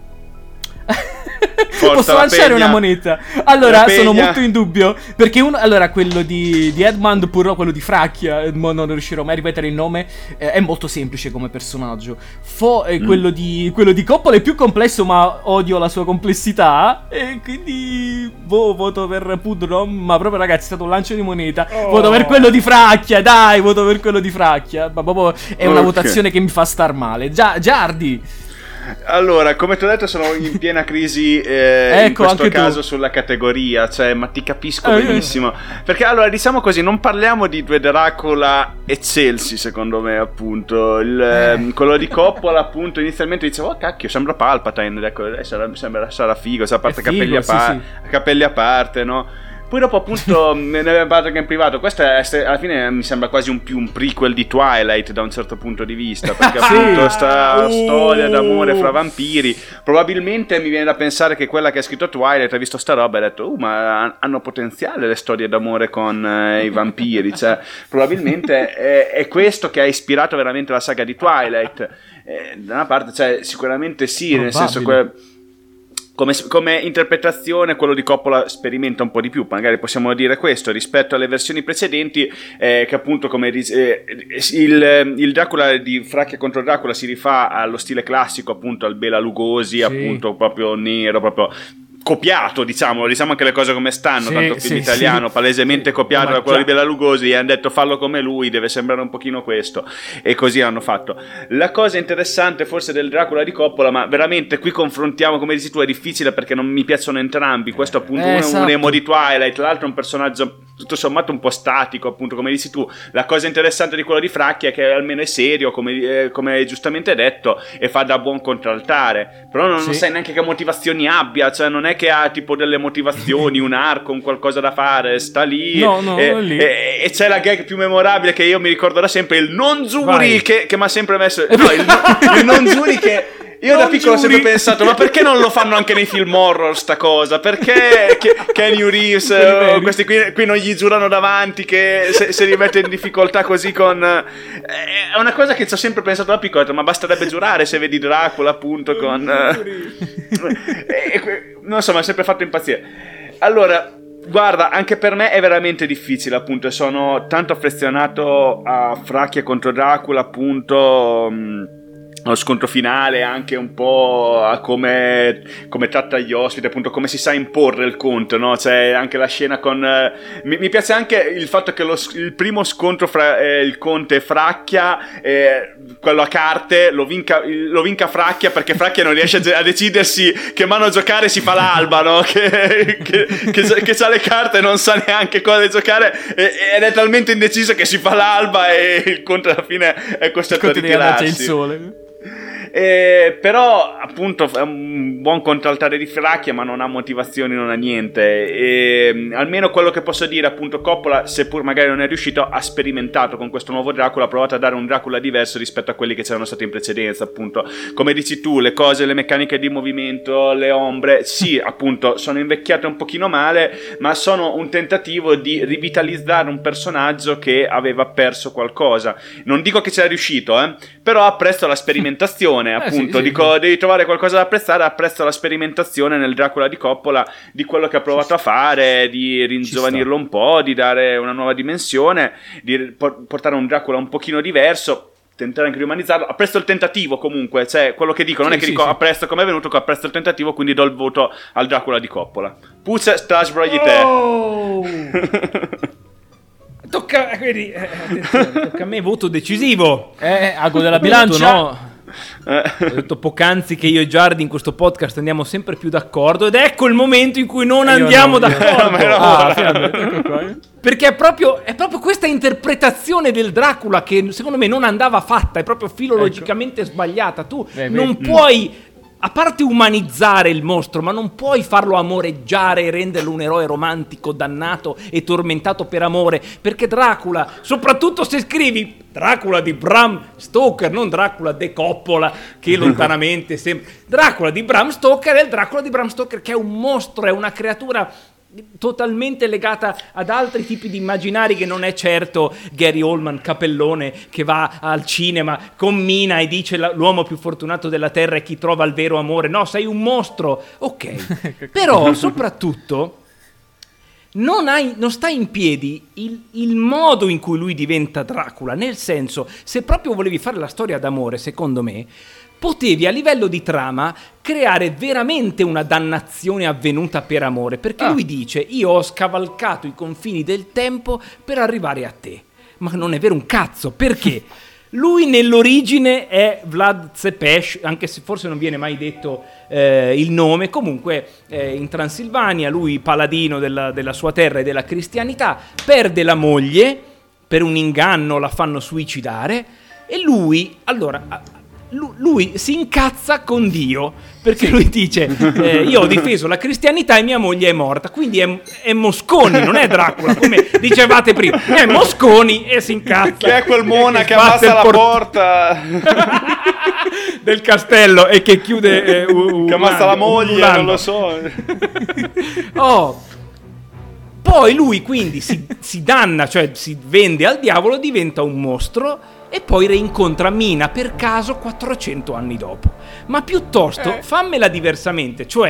Forza, posso lanciare una moneta. Allora sono molto in dubbio, perché uno, allora quello di, di Edmund Purro, quello di Fracchia, non riuscirò mai a ripetere il nome, eh, è molto semplice come personaggio. Fo, eh, mm. quello, di, quello di Coppola è più complesso, ma odio la sua complessità, e quindi boh, voto per Pudro. Ma proprio ragazzi, è stato un lancio di moneta. oh. Voto per quello di Fracchia, dai, voto per quello di Fracchia. Ma proprio è una okay. votazione che mi fa star male. Gia, Giardi. Allora, come ti ho detto, sono in piena crisi eh, ecco, in questo caso tu. sulla categoria, cioè, ma ti capisco eh, benissimo. Perché allora, diciamo così, non parliamo di due Dracula eccelsi, secondo me, appunto. Il, eh. Quello di Coppola, appunto, inizialmente dicevo, oh cacchio, sembra Palpatine, ecco, eh, sarà, sembra, sarà figo, a parte figo, capelli, a par- sì, sì. capelli a parte, no? Poi dopo appunto ne abbiamo parlato anche in privato. Questo è, alla fine mi sembra quasi un più un prequel di Twilight da un certo punto di vista, perché appunto sta uh. storia d'amore fra vampiri. Probabilmente mi viene da pensare che quella che ha scritto Twilight ha visto sta roba e ha detto uh ma hanno potenziale le storie d'amore con eh, i vampiri, cioè probabilmente è, è questo che ha ispirato veramente la saga di Twilight. Eh, da una parte cioè sicuramente sì, Probabile. nel senso che Come, come interpretazione quello di Coppola sperimenta un po' di più, magari possiamo dire questo, rispetto alle versioni precedenti, eh, che appunto come eh, il, il Dracula di Fracchia contro Dracula si rifà allo stile classico, appunto al Bela Lugosi, sì. appunto proprio nero, proprio copiato, diciamo, diciamo anche le cose come stanno, sì, tanto film sì, italiano, sì. palesemente sì. copiato da quello di Bela Lugosi, e hanno detto fallo come lui, deve sembrare un pochino questo, e così hanno fatto. La cosa interessante forse del Dracula di Coppola, ma veramente qui confrontiamo, come dici tu, è difficile perché non mi piacciono entrambi, questo appunto eh, uno esatto. è un emo di Twilight, l'altro è un personaggio tutto sommato un po' statico, appunto come dici tu. La cosa interessante di quello di Fracchia è che almeno è serio, come, eh, come hai giustamente detto, e fa da buon contraltare, però non, sì. non sai neanche che motivazioni abbia, cioè non è che ha tipo delle motivazioni, un arco, un qualcosa da fare, sta lì, no, no, e, lì. E, e c'è la gag più memorabile che io mi ricordo da sempre, il non Zuri che, che mi ha sempre messo no, il, il non Zuri che io non da piccolo ho sempre pensato, ma perché non lo fanno anche nei film horror sta cosa? Perché Keanu Reeves, oh, questi qui, qui non gli giurano davanti, che se, se li mette in difficoltà così con... È una cosa che ci ho sempre pensato da piccolo, ma basterebbe giurare se vedi Dracula appunto con... e, non so, mi ha sempre fatto impazzire. Allora... Guarda, anche per me è veramente difficile, appunto, sono tanto affezionato a Fracchia contro Dracula, appunto, mh, lo scontro finale, anche un po' a come, come tratta gli ospiti, appunto, come si sa imporre il conto, no? Cioè, anche la scena con... Eh, mi, mi piace anche il fatto che lo, il primo scontro fra eh, il conte e Fracchia, eh, quello a carte, lo vinca, lo vinca Fracchia, perché Fracchia non riesce a, a decidersi che mano giocare, si fa l'alba, no? Che, che, che, che ha le carte e non sa neanche cosa giocare, e, ed è talmente indeciso che si fa l'alba e il conte alla fine è costretto a ritirarsi. C'è il sole. Eh, però appunto è un buon contraltare di Fracchia, ma non ha motivazioni, non ha niente, e almeno quello che posso dire, appunto, Coppola, seppur magari non è riuscito, ha sperimentato con questo nuovo Dracula, ha provato a dare un Dracula diverso rispetto a quelli che c'erano stati in precedenza, appunto, come dici tu, le cose, le meccaniche di movimento, le ombre, sì, appunto, sono invecchiate un pochino male, ma sono un tentativo di rivitalizzare un personaggio che aveva perso qualcosa. Non dico che ci è riuscito, eh, però apprezzo la sperimentazione. Eh, appunto, sì, dico, sì. Devi trovare qualcosa da apprezzare. Apprezzo la sperimentazione nel Dracula di Coppola, di quello che ha provato a fare, di ringiovanirlo un po', di dare una nuova dimensione, di portare un Dracula un pochino diverso. tentare anche di umanizzarlo. Appresto il tentativo comunque, cioè quello che dico, non sì, è che sì, dico sì. appresto come è venuto, che appresto il tentativo, quindi do il voto al Dracula di Coppola. Puzza, stasbrogli te. Oh! Tocca, quindi, eh, tocca a me, voto decisivo. Eh, ago della bilancia, no? Eh. Ho detto poc'anzi che io e Giardi in questo podcast andiamo sempre più d'accordo, ed ecco il momento in cui non io andiamo no, d'accordo. Ah, perché è proprio, è proprio questa interpretazione del Dracula che secondo me non andava fatta, è proprio filologicamente ecco. sbagliata. Tu beh, non beh, puoi, a parte umanizzare il mostro, ma non puoi farlo amoreggiare e renderlo un eroe romantico, dannato e tormentato per amore, perché Dracula, soprattutto se scrivi Dracula di Bram Stoker, non Dracula de Coppola, che lontanamente sembra... Dracula di Bram Stoker è il Dracula di Bram Stoker, che è un mostro, è una creatura totalmente legata ad altri tipi di immaginari, che non è certo Gary Oldman capellone che va al cinema con Mina e dice l'uomo più fortunato della terra è chi trova il vero amore. No, sei un mostro, ok. Però soprattutto non, hai, non sta in piedi il, il modo in cui lui diventa Dracula, nel senso, se proprio volevi fare la storia d'amore, secondo me potevi a livello di trama creare veramente una dannazione avvenuta per amore, perché ah. lui dice io ho scavalcato i confini del tempo per arrivare a te, ma non è vero un cazzo, perché lui nell'origine è Vlad Tepes, anche se forse non viene mai detto eh, il nome, comunque eh, in Transilvania lui paladino della, della sua terra e della cristianità, perde la moglie per un inganno, la fanno suicidare e lui allora lui si incazza con Dio perché lui dice eh, io ho difeso la cristianità e mia moglie è morta, quindi è, è Mosconi, non è Dracula come dicevate prima, è Mosconi e si incazza, che è quel mona che, che ammassa la port- porta del castello e che chiude eh, u- che ammassa la moglie, non lo so. Oh, poi lui quindi si, si danna, cioè si vende al diavolo, diventa un mostro e poi reincontra Mina per caso quattrocento anni dopo. Ma piuttosto eh. fammela diversamente, cioè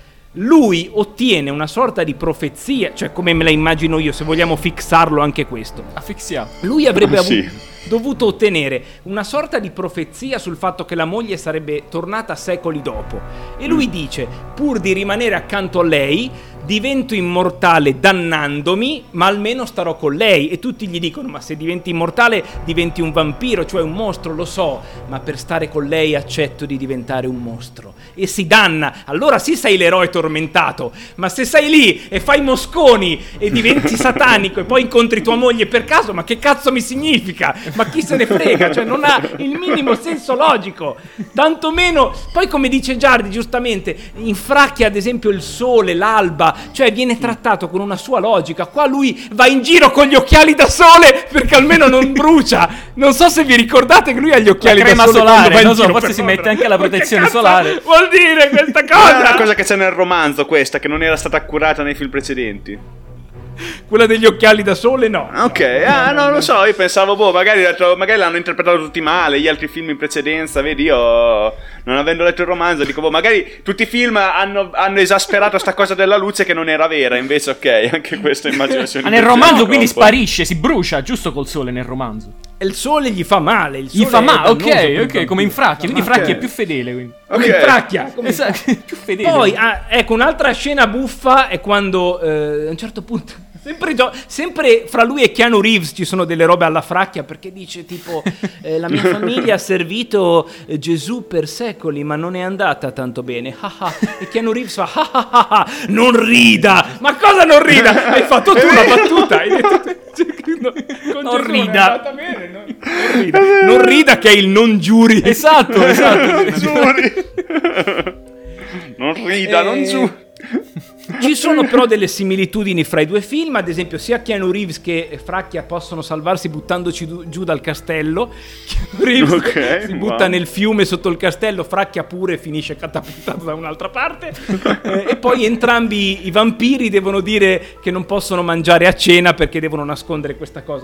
lui ottiene una sorta di profezia, cioè come me la immagino io, se vogliamo fissarlo anche questo. Affixia. Lui avrebbe sì. avuto, dovuto ottenere una sorta di profezia sul fatto che la moglie sarebbe tornata secoli dopo. E lui mm. dice, pur di rimanere accanto a lei, divento immortale dannandomi, ma almeno starò con lei. E tutti gli dicono, ma se diventi immortale diventi un vampiro, cioè un mostro, lo so, ma per stare con lei accetto di diventare un mostro. E si danna, allora sì sei l'eroe tormentato, ma se sei lì e fai Mosconi e diventi satanico e poi incontri tua moglie per caso, ma che cazzo mi significa? Ma chi se ne frega? Cioè non ha il minimo senso logico, tantomeno. Poi come dice Giardi giustamente, in Fracchia ad esempio il sole, l'alba, cioè viene trattato con una sua logica. Qua lui va in giro con gli occhiali da sole perché almeno non brucia. Non so se vi ricordate che lui ha gli occhiali da sole solare, non so, forse si mette anche la protezione solare. Vuol dire questa cosa? È una cosa che c'è nel romanzo, questa che non era stata accurata nei film precedenti. Quella degli occhiali da sole no. Ok, ah no, lo so, io pensavo, boh, magari, magari l'hanno interpretato tutti male, gli altri film in precedenza, vedi, io non avendo letto il romanzo dico, boh, magari tutti i film hanno, hanno esasperato sta cosa della luce che non era vera, invece ok, anche questa immaginazione. Ma nel romanzo quindi sparisce, si brucia, giusto col sole nel romanzo. E il sole gli fa male, il sole gli fa male, ok, ok, come in Fracchia, quindi Fracchia okay. è più fedele, quindi. Come okay. in Fracchia, come esatto, più fedele. Poi, ah, ecco, un'altra scena buffa è quando eh, a un certo punto Sempre, sempre fra lui e Keanu Reeves ci sono delle robe alla Fracchia, perché dice tipo eh, la mia famiglia ha servito eh, Gesù per secoli ma non è andata tanto bene. E Keanu Reeves fa ah, ah, ah, ah, non rida, ma cosa non rida? Hai fatto tu la battuta, hai detto no, con non Gesù rida. Non, bene, non, non rida non rida che è il non giuri. Esatto, esatto. Giuri. Non rida, eh... non giuri. Ci sono però delle similitudini fra i due film, ad esempio sia Keanu Reeves che Fracchia possono salvarsi buttandoci giù dal castello. Keanu Reeves okay, si butta wow. nel fiume sotto il castello, Fracchia pure finisce catapultato da un'altra parte. eh, e poi entrambi i vampiri devono dire che non possono mangiare a cena perché devono nascondere questa cosa.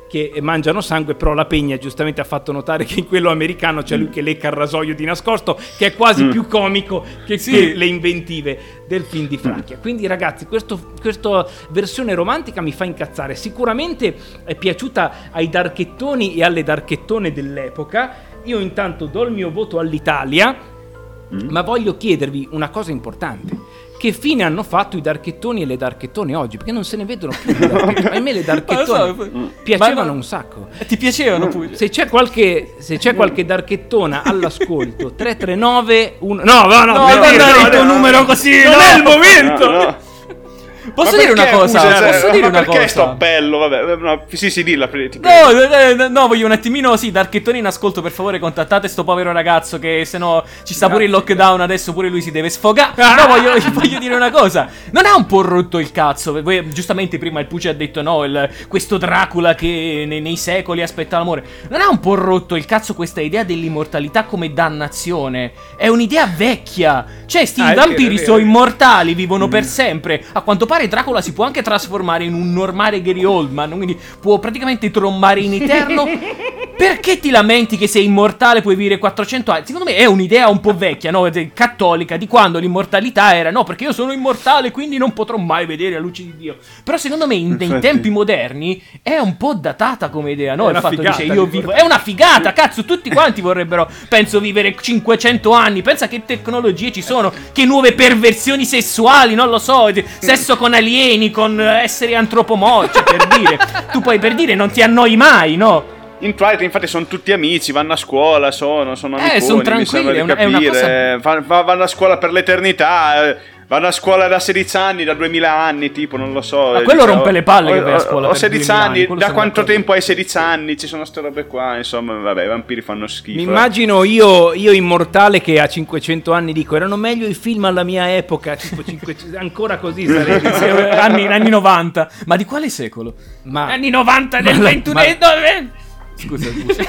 che mangiano sangue, però la Pegna giustamente ha fatto notare che in quello americano c'è lui che lecca il rasoio di nascosto, che è quasi mm. più comico che, sì. che le inventive del film di Fracchia. Quindi ragazzi, questo, questa versione romantica mi fa incazzare. Sicuramente è piaciuta ai darchettoni e alle darchettone dell'epoca. Io intanto do il mio voto all'Italia, mm. ma voglio chiedervi una cosa importante. Che fine hanno fatto i darchettoni e le darchettone oggi? Perché non se ne vedono più. A me le darchettone so, piacevano ma, un sacco. Ti piacevano pure? Se c'è qualche, se c'è qualche darchettona all'ascolto, tre tre nove uno No, no, no, no, non dare il tuo numero così. Non no, è il momento. No, no. Posso dire una cosa? Scusa, posso ma dire una perché cosa? sto appello? Vabbè, no, sì, sì, dilla. No, no, no, voglio un attimino, sì, darchettoni in ascolto, per favore, contattate sto povero ragazzo che se no ci sta pure il lockdown, adesso pure lui si deve sfogare. No, voglio, voglio dire una cosa. Non ha un po' rotto il cazzo? Voi, giustamente prima il Pucci ha detto no, il, questo Dracula che nei, nei secoli aspetta l'amore. Non ha un po' rotto il cazzo questa idea dell'immortalità come dannazione? È un'idea vecchia. Cioè, sti ah, vampiri sono immortali, vivono mm. per sempre. A quanto pare Dracula si può anche trasformare in un normale Gary Oldman, quindi può praticamente trombare in eterno. Perché ti lamenti che sei immortale, puoi vivere quattrocento anni? Secondo me è un'idea un po' vecchia, no? Cattolica, di quando l'immortalità era no, perché io sono immortale, quindi non potrò mai vedere la luce di Dio. Però secondo me in, nei tempi moderni è un po' datata come idea, no? È il fatto figata, dice io vivo. È una figata, cazzo, tutti quanti vorrebbero, penso, vivere cinquecento anni. Pensa che tecnologie ci sono, che nuove perversioni sessuali, non lo so, sesso con alieni, con esseri antropomorfi, per dire. Tu poi per dire non ti annoi mai, no? In Twilight infatti sono tutti amici, vanno a scuola, sono, sono amiconi, eh, sono tranquilli, è una, è una cosa... Van, vanno a scuola per l'eternità, vanno a scuola da sedici anni, da duemila anni, tipo, non lo so. Ma quello rompe le palle che vai a scuola ho per sedici anni, anni. Da quanto tempo hai sedici anni? Ci sono ste robe qua, insomma, vabbè, i vampiri fanno schifo. Mi immagino io, io immortale che a cinquecento anni dico, erano meglio i film alla mia epoca, tipo cinquecento, ancora così sarebbe. anni, anni novanta. Ma di quale secolo? Ma... Anni novanta del ventunesimo. Scusa, scusa.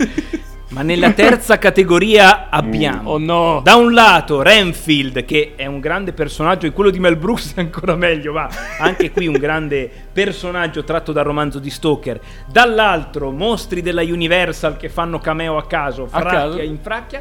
Ma nella terza categoria abbiamo oh no. da un lato Renfield, che è un grande personaggio, e quello di Mel Brooks è ancora meglio, ma anche qui un grande personaggio tratto dal romanzo di Stoker. Dall'altro mostri della Universal che fanno cameo a caso, fracchia in fracchia.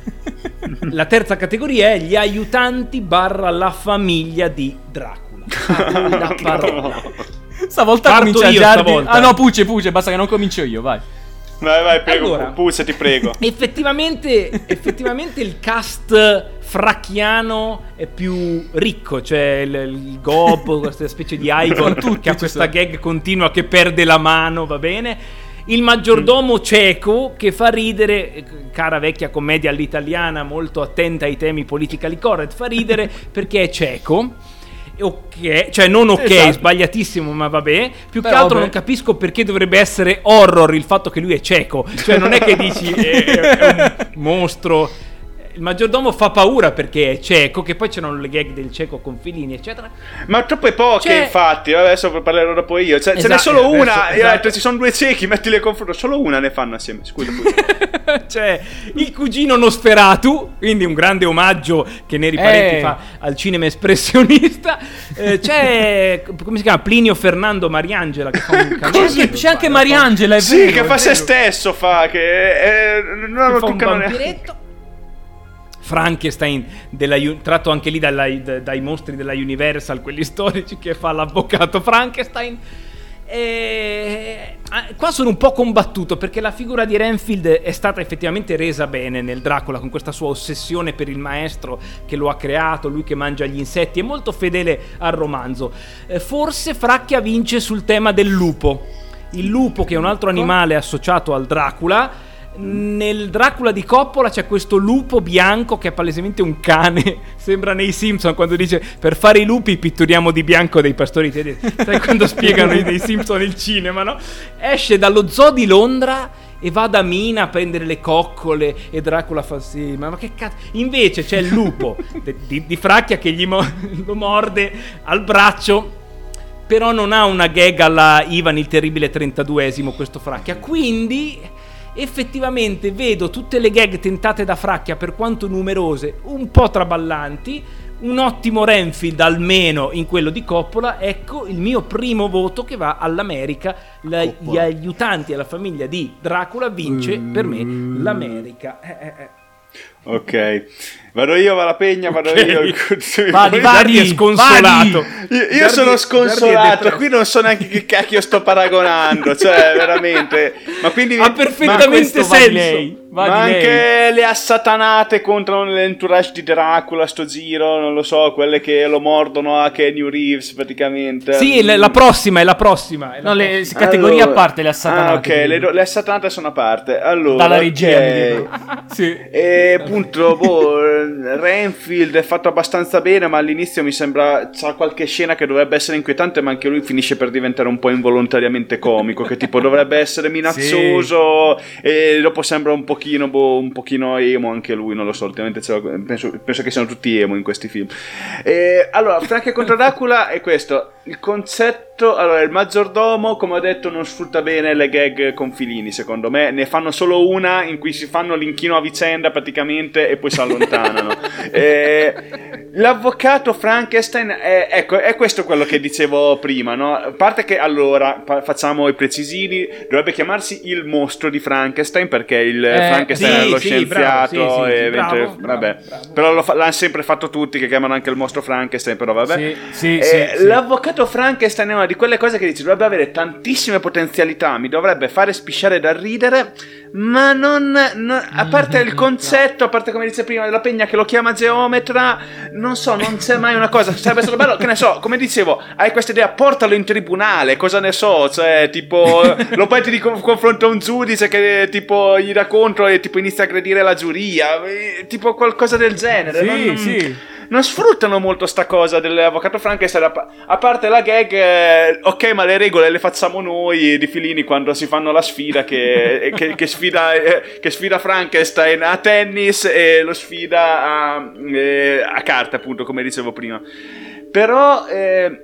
La terza categoria è gli aiutanti barra la famiglia di Dracula. La parola. Stavolta comincia già di... Ah no, Puce, Puce, basta che non comincio io, vai. Vai, vai, prego, allora, Puzza, ti prego. Effettivamente, effettivamente il cast fracchiano è più ricco, cioè il, il Gob, questa specie di Igor tutti, che ha questa gag continua che perde la mano, va bene? Il maggiordomo mm. cieco che fa ridere, cara vecchia commedia all'italiana molto attenta ai temi politically correct, fa ridere perché è cieco. Ok, cioè non ok, esatto. Sbagliatissimo, ma vabbè. Più Però che altro beh. non capisco perché dovrebbe essere horror il fatto che lui è cieco. Cioè non è che dici è, è un mostro. Il maggiordomo fa paura perché è cieco, che poi c'erano le gag del cieco con Fellini eccetera. Ma troppe poche, cioè... infatti. Adesso parlerò dopo io. Cioè, esatto, ce n'è solo adesso, una, esatto. Ci sono due ciechi, mettili a confronto. Solo una ne fanno assieme. Scusa. C'è il cugino Nosferatu, quindi un grande omaggio che Neri Parenti eh. fa al cinema espressionista. Eh, c'è, come si chiama? Plinio Fernando Mariangela che fa un c'è anche, c'è anche Mariangela, è sì, vero, che è fa vero. se stesso, fa che, è, non che fa un vampiretto. Frankenstein della, tratto anche lì dalla, dai mostri della Universal, quelli storici, che fa l'avvocato Frankenstein. E... qua sono un po' combattuto perché la figura di Renfield è stata effettivamente resa bene nel Dracula, con questa sua ossessione per il maestro che lo ha creato, lui che mangia gli insetti, è molto fedele al romanzo. Forse Fracchia vince sul tema del lupo, il lupo che è un altro animale associato al Dracula. Nel Dracula di Coppola c'è questo lupo bianco che è palesemente un cane, sembra nei Simpson quando dice per fare i lupi pitturiamo di bianco dei pastori tedeschi. Sai quando spiegano i dei Simpson il cinema, no? Esce dallo zoo di Londra e va da Mina a prendere le coccole e Dracula fa sì, ma, ma che cazzo. Invece c'è il lupo di, di, di Fracchia che gli mo- lo morde al braccio, però non ha una gag alla Ivan il terribile trentaduesimo questo Fracchia, quindi effettivamente vedo tutte le gag tentate da Fracchia, per quanto numerose, un po' traballanti, un ottimo Renfield almeno in quello di Coppola. Ecco il mio primo voto che va all'America. La, gli aiutanti alla famiglia di Dracula vince mm. per me l'America. Eh, eh, eh. Ok, vado io, va la Pegna, vado okay. io. Vadi, vadi, è sconsolato. Io, io Gardi, sono sconsolato, qui non so neanche che cacchio sto paragonando, cioè veramente. Ma quindi ha perfettamente senso. Ma anche lei. Le assatanate contro l'entourage di Dracula, sto giro, non lo so, quelle che lo mordono a Keanu Reeves praticamente. Sì, mm. la prossima è la prossima. È la no, prossima. le categorie allora, a parte, le assatanate. Ah, ok, le, le assatanate sono a parte. Allora, dalla regia. Okay. Sì. E appunto, boh, Renfield è fatto abbastanza bene, ma all'inizio mi sembra c'ha qualche scena che dovrebbe essere inquietante, ma anche lui finisce per diventare un po' involontariamente comico, che tipo dovrebbe essere minazzoso sì. e dopo sembra un pochino, boh, un pochino emo anche lui, non lo so, ultimamente penso, penso che siano tutti emo in questi film. E, allora, Frank contro Dracula è questo, il concetto, allora il maggiordomo, come ho detto, non sfrutta bene le gag con filini, secondo me, ne fanno solo una in cui si fanno l'inchino a vicenda praticamente e poi si allontanano. e, l'avvocato Frankenstein è, ecco, è questo quello che dicevo prima, no? A parte che allora pa- facciamo i precisini, dovrebbe chiamarsi il mostro di Frankenstein perché il eh, Frankenstein sì, è lo sì, scienziato bravo, sì, sì, e bravo, mentre, bravo, vabbè bravo. Però lo fa- l'hanno sempre fatto tutti che chiamano anche il mostro Frankenstein, però vabbè sì, sì, eh, sì, l'avvocato Frankenstein è una di quelle cose che dici dovrebbe avere tantissime potenzialità, mi dovrebbe fare spisciare da ridere, ma non, non a parte il concetto, a parte come dice prima della Pegna che lo chiama geometra, non so, non c'è mai una cosa, sarebbe stato bello, che ne so, come dicevo, hai questa idea, portalo in tribunale, cosa ne so, cioè tipo lo metti di confronto a un giudice che tipo gli dà contro e tipo inizia a aggredire la giuria, tipo qualcosa del genere. Sì, non, sì. non sfruttano molto sta cosa dell'avvocato Frankenstein, a parte la gag eh, ok, ma le regole le facciamo noi di Filini quando si fanno la sfida che, che, che, sfida, eh, che sfida Frankenstein a tennis e lo sfida a, eh, a carte, appunto, come dicevo prima. Però eh,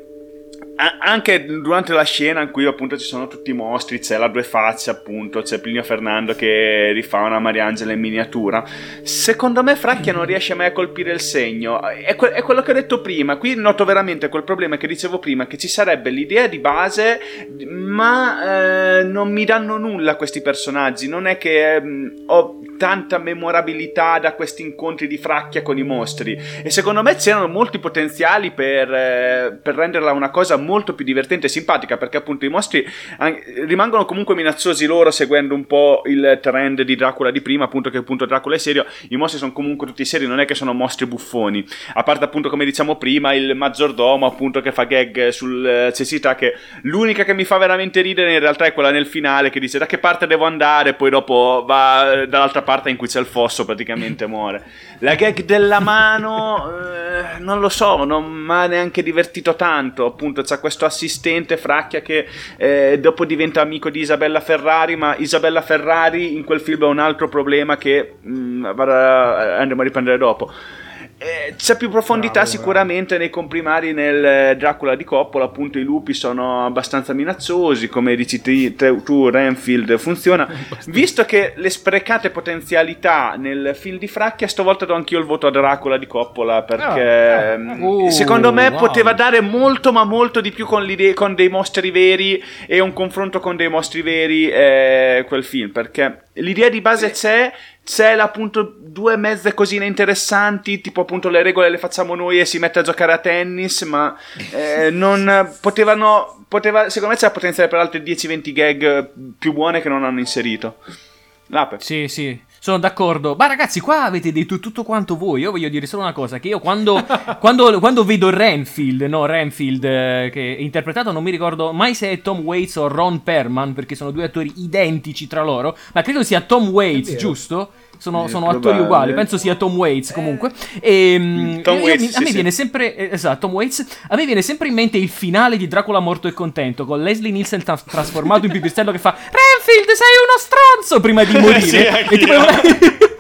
anche durante la scena in cui appunto ci sono tutti i mostri, c'è la due facce, appunto, c'è Plinio Fernando che rifà una Mariangela in miniatura, secondo me Fracchia non riesce mai a colpire il segno, è, que- è quello che ho detto prima. Qui noto veramente quel problema che dicevo prima, che ci sarebbe l'idea di base ma eh, non mi danno nulla questi personaggi, non è che eh, ho tanta memorabilità da questi incontri di Fracchia con i mostri, e secondo me c'erano molti potenziali per, eh, per renderla una cosa molto più divertente e simpatica, perché appunto i mostri eh, rimangono comunque minazzosi loro, seguendo un po' il trend di Dracula di prima, appunto, che appunto Dracula è serio, i mostri sono comunque tutti seri, non è che sono mostri buffoni, a parte appunto come diciamo prima il maggiordomo appunto che fa gag sul cecità, che l'unica che mi fa veramente ridere in realtà è quella nel finale che dice da che parte devo andare, poi dopo va dall'altra parte in cui c'è il fosso, praticamente muore. La gag della mano eh, non lo so, non mi ha neanche divertito tanto, appunto c'è questo assistente Fracchia che eh, dopo diventa amico di Isabella Ferrari, ma Isabella Ferrari in quel film ha un altro problema che mh, andremo a riprendere dopo. Eh, c'è più profondità bravo, sicuramente bravo. Nei comprimari nel Dracula di Coppola, appunto i lupi sono abbastanza minazzosi, come dici tu, tu Renfield funziona, visto che le sprecate potenzialità nel film di Fracchia, stavolta do anch'io il voto a Dracula di Coppola, perché oh, oh, secondo me wow. poteva dare molto ma molto di più con, l'idea, con dei mostri veri e un confronto con dei mostri veri eh, quel film, perché l'idea di base c'è, c'è appunto due mezze cosine interessanti, tipo appunto le regole le facciamo noi e si mette a giocare a tennis, ma eh, non potevano, poteva, secondo me c'è potenziale per altre dieci venti gag più buone che non hanno inserito. L'Ape. Sì, sì, sono d'accordo. Ma ragazzi, qua avete detto tutto quanto voi. Io voglio dire solo una cosa, che io quando, quando, quando vedo Renfield, no, Renfield eh, che è interpretato, non mi ricordo mai se è Tom Waits o Ron Perlman, perché sono due attori identici tra loro, ma credo sia Tom Waits, giusto? Sono, sono attori uguali, penso sia Tom Waits comunque. E, Tom io, Waits, io, a me sì, viene sì. sempre eh, esatto, Tom Waits. A me viene sempre in mente il finale di Dracula morto e contento, con Leslie Nielsen tra- trasformato in pipistrello che fa Renfield sei uno stronzo prima di morire. Sì, e tipo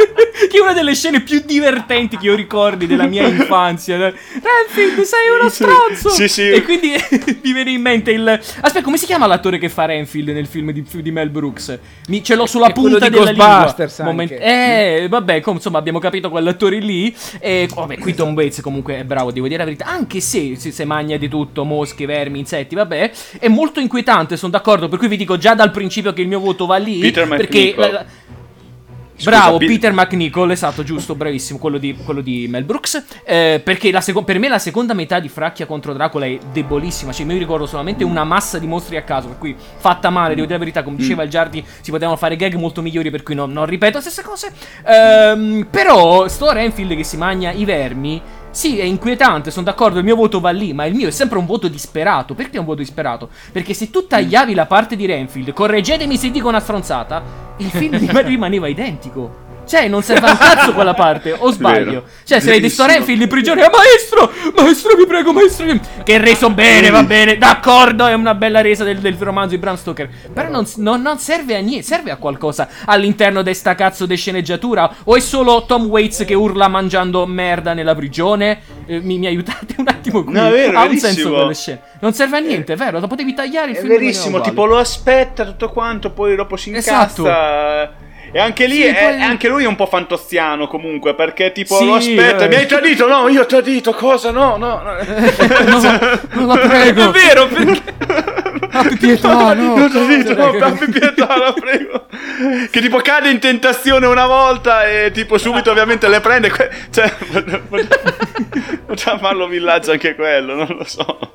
che è una delle scene più divertenti che io ricordi della mia infanzia. Renfield, sei uno stronzo. Sì, sì. E quindi mi viene in mente il... Aspetta, come si chiama l'attore che fa Renfield nel film di, di Mel Brooks? Mi, ce l'ho sulla è punta di della Ghostbusters lingua. Moment- eh, vabbè, com- insomma, abbiamo capito quell'attore lì. E vabbè, qui Tom Waits comunque è bravo, devo dire la verità. Anche se si, si magna di tutto, mosche, vermi, insetti, vabbè, è molto inquietante, sono d'accordo. Per cui vi dico già dal principio che il mio voto va lì. Peter perché McNichol. la, Scusa, bravo, Pe- Peter McNichol, esatto, giusto, bravissimo, quello di, quello di Mel Brooks. Eh, perché la seco- per me la seconda metà di Fracchia contro Dracula è debolissima. Cioè, io mi ricordo solamente una massa di mostri a caso, per cui fatta male, devo dire la verità. Come diceva il Giardi, si potevano fare gag molto migliori, per cui no, non ripeto le stesse cose. Ehm, però, sto Renfield che si mangia i vermi. Sì, è inquietante, sono d'accordo, il mio voto va lì, ma il mio è sempre un voto disperato. Perché è un voto disperato? Perché se tu tagliavi la parte di Renfield, correggetemi se dico una stronzata, il film rimaneva identico. Cioè, non serve un cazzo quella parte, o sbaglio? Vero. Cioè, se hai visto Renfield in prigione, ah, maestro, maestro, vi prego, maestro. Che è reso bene, va bene, d'accordo, è una bella resa del, del romanzo di Bram Stoker. Però non, non, non serve a niente, serve a qualcosa all'interno di sta cazzo di sceneggiatura? O è solo Tom Waits che urla mangiando merda nella prigione? Eh, mi, mi aiutate un attimo qui? No, è vero, ha un verissimo. senso quelle scene. Non serve a niente, è vero, lo potevi tagliare il È film. verissimo, tipo lo aspetta tutto quanto, poi dopo si incazza. Esatto. E anche lì Sì, è, poi- anche lui è un po' fantoziano comunque, perché tipo Sì, lo aspetta, eh. mi hai tradito? No, io ho tradito, cosa? No, no, no. No, non la prego. È vero, perché... Abbi pietà, no. Io ho tradito, no, abbi pietà, la prego. Che tipo cade in tentazione una volta e tipo subito ovviamente le prende. que- Cioè, poteva farlo villaggio anche quello, non lo so.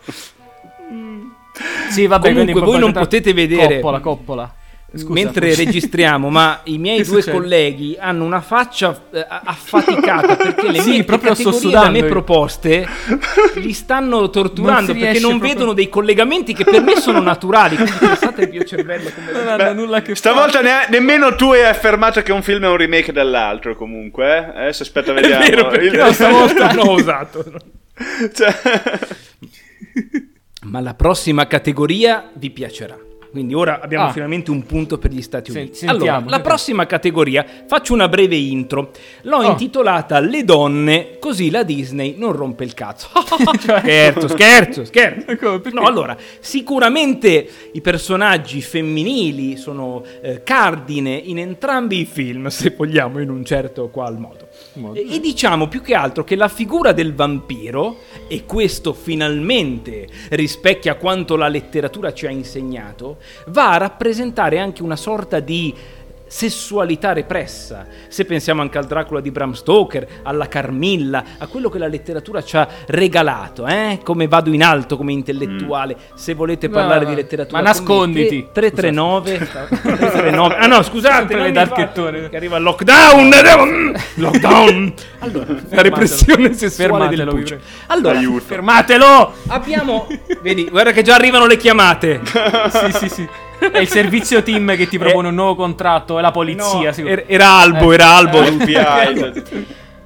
Sì, vabbè, Comunque, quindi voi non proprietà- potete vedere- Coppola, coppola. Scusa, mentre scusa. registriamo, ma i miei Che due succede? colleghi hanno una faccia eh, affaticata perché le Sì, mie proprio sto categorie da me sudando io. proposte li stanno torturando Non si perché riesce non proprio- vedono dei collegamenti che per me sono naturali. Quindi pensate il mio cervello come Non hanno nulla a che Stavolta ne- nemmeno tu hai affermato che un film è un remake dell'altro comunque, eh? Adesso aspetta, È vediamo. vero, perché Il- no, stavolta non ho usato. Cioè... Ma la prossima categoria vi piacerà. Quindi ora abbiamo Ah. finalmente un punto per gli Stati Sì, Uniti. sentiamo, allora, la sentiamo. prossima categoria, faccio una breve intro. L'ho Oh. intitolata Le donne, così la Disney non rompe il cazzo. Cioè- Scherzo, scherzo, scherzo. Come, perché? No, allora, sicuramente i personaggi femminili sono eh, cardine in entrambi i film, se vogliamo, in un certo qual modo. Modo. E, e diciamo più che altro che la figura del vampiro, e questo finalmente rispecchia quanto la letteratura ci ha insegnato, va a rappresentare anche una sorta di sessualità repressa. Se pensiamo anche al Dracula di Bram Stoker, alla Carmilla, a quello che la letteratura ci ha regalato, eh? Come vado in alto come intellettuale. Se volete No, parlare no. di letteratura, Ma nasconditi. tre tre nove tre tre nove Ah no, scusate, Sempre non le mi darchettone. fate, che arriva il lockdown. mm, Lockdown. Allora, la repressione sessuale del Fermatelo, vi puccio. prego. Allora, Aiuto. Fermatelo! abbiamo vedi, guarda che già arrivano le chiamate. Sì, sì, sì. È il servizio team che ti propone un nuovo contratto, è la polizia, No, sicuro. er- era Albo, Eh. era Albo. F B I.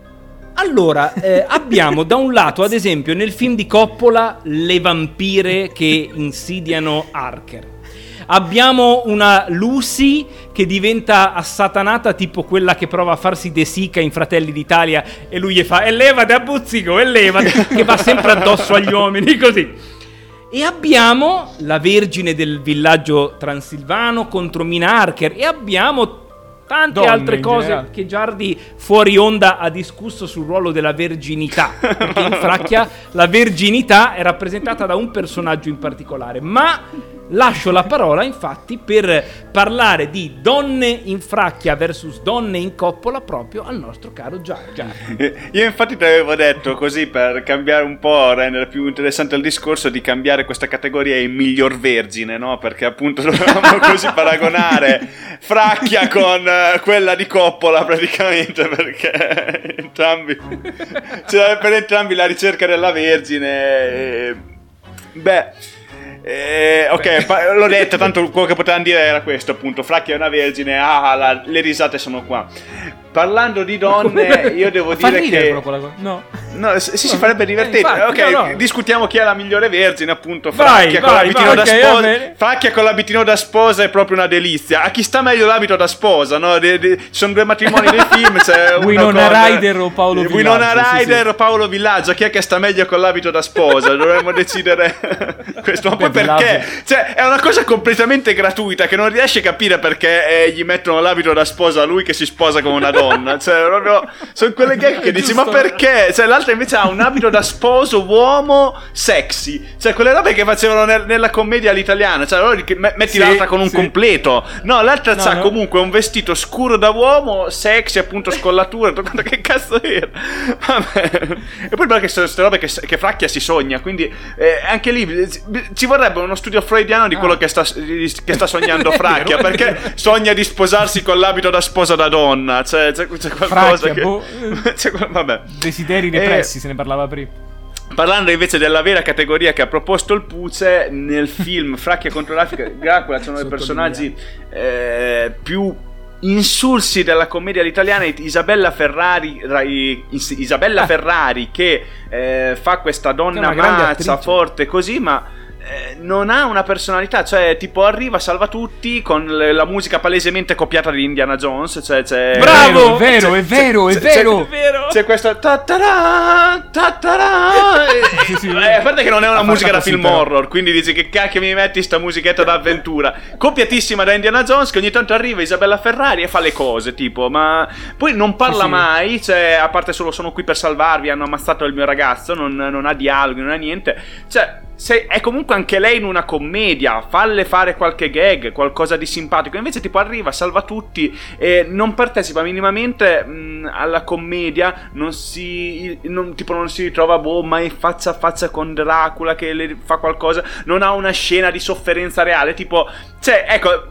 Allora, eh, abbiamo da un lato, ad esempio, nel film di Coppola, le vampire che insidiano Harker. Abbiamo una Lucy che diventa assatanata, tipo quella che prova a farsi De Sica in Fratelli d'Italia, e lui gli fa: e levate a buzzico, e levate, che va sempre addosso agli uomini, così. E abbiamo la Vergine del villaggio transilvano contro Mina Harker, e abbiamo tante Donne, altre in cose generale. che Giardi fuori onda ha discusso sul ruolo della verginità, perché in Fracchia la verginità è rappresentata da un personaggio in particolare. Ma lascio la parola infatti per parlare di donne in Fracchia versus donne in Coppola proprio al nostro caro Giardi. Io infatti ti avevo detto, così per cambiare un po', rendere più interessante il discorso, di cambiare questa categoria in miglior vergine, no? Perché appunto dovevamo così paragonare Fracchia con eh, quella di Coppola praticamente, perché entrambi c'era per entrambi la ricerca della vergine. E... Beh, eh, ok, pa- l'ho detto, tanto quello che potevano dire era questo, appunto, Fracchia è una vergine, ah, la- le risate sono qua. Parlando di donne, io devo Fa dire ridere che proprio la cosa. No. No, sì, si farebbe divertente. Eh, infatti, ok, no, no. discutiamo chi è la migliore vergine, appunto. Vai, Fracchia vai, con l'abitino vai, da okay, sposa. Fracchia con l'abitino da sposa è proprio una delizia. A chi sta meglio l'abito da sposa, no? De, de, ci sono due matrimoni nei film. C'è Winona Ryder o Paolo Villaggio. Winona Ryder sì, sì. o Paolo Villaggio. Chi è che sta meglio con l'abito da sposa? Dovremmo decidere questo. Ma poi perché? Cioè, è una cosa completamente gratuita che non riesci a capire perché eh, gli mettono l'abito da sposa a lui che si sposa come una donna. Cioè, proprio sono quelle gag che dici, ma perché? Cioè, l'altra invece ha un abito da sposo uomo sexy, cioè quelle robe che facevano nel, nella commedia all'italiana, cioè allora metti sì, l'altra con un sì. completo, no, l'altra no, c'ha no. comunque un vestito scuro da uomo sexy, appunto scollatura, che cazzo era? Vabbè. E poi perché queste robe che, che Fracchia si sogna, quindi eh, anche lì ci vorrebbe uno studio freudiano di quello ah. che, sta, che sta sognando Fracchia, perché sogna di sposarsi con l'abito da sposa da donna, cioè c'è, c'è qualcosa Fracchia, che boh. c'è, vabbè. Desideri repressi, eh, se ne parlava prima. Parlando invece della vera categoria che ha proposto il Puce, nel film Fracchia contro Dracula sono i personaggi eh, più insulsi della commedia all'italiana. Isabella Ferrari, Isabella ah. Ferrari che eh, fa questa donna mazza forte così, ma Eh, non ha una personalità, cioè tipo arriva, salva tutti con le, la musica palesemente copiata di Indiana Jones, cioè c'è bravo, è vero, c'è, è vero, c'è, è vero, c'è, è vero. C'è questo ta-ta-ra, ta-ta-ra, e, sì, sì, eh, a parte che non è una musica da film però. horror, quindi dici che cacchio mi metti sta musichetta d'avventura copiatissima da Indiana Jones, che ogni tanto arriva Isabella Ferrari e fa le cose tipo, ma poi non parla sì, mai, cioè a parte solo sono qui per salvarvi, hanno ammazzato il mio ragazzo, non, non ha dialoghi, non ha niente, cioè se è comunque anche lei in una commedia, falle fare qualche gag, qualcosa di simpatico. Invece tipo arriva, salva tutti e non partecipa minimamente mh, alla commedia, non si non, tipo non si ritrova boh mai faccia a faccia con Dracula che le fa qualcosa, non ha una scena di sofferenza reale, tipo cioè ecco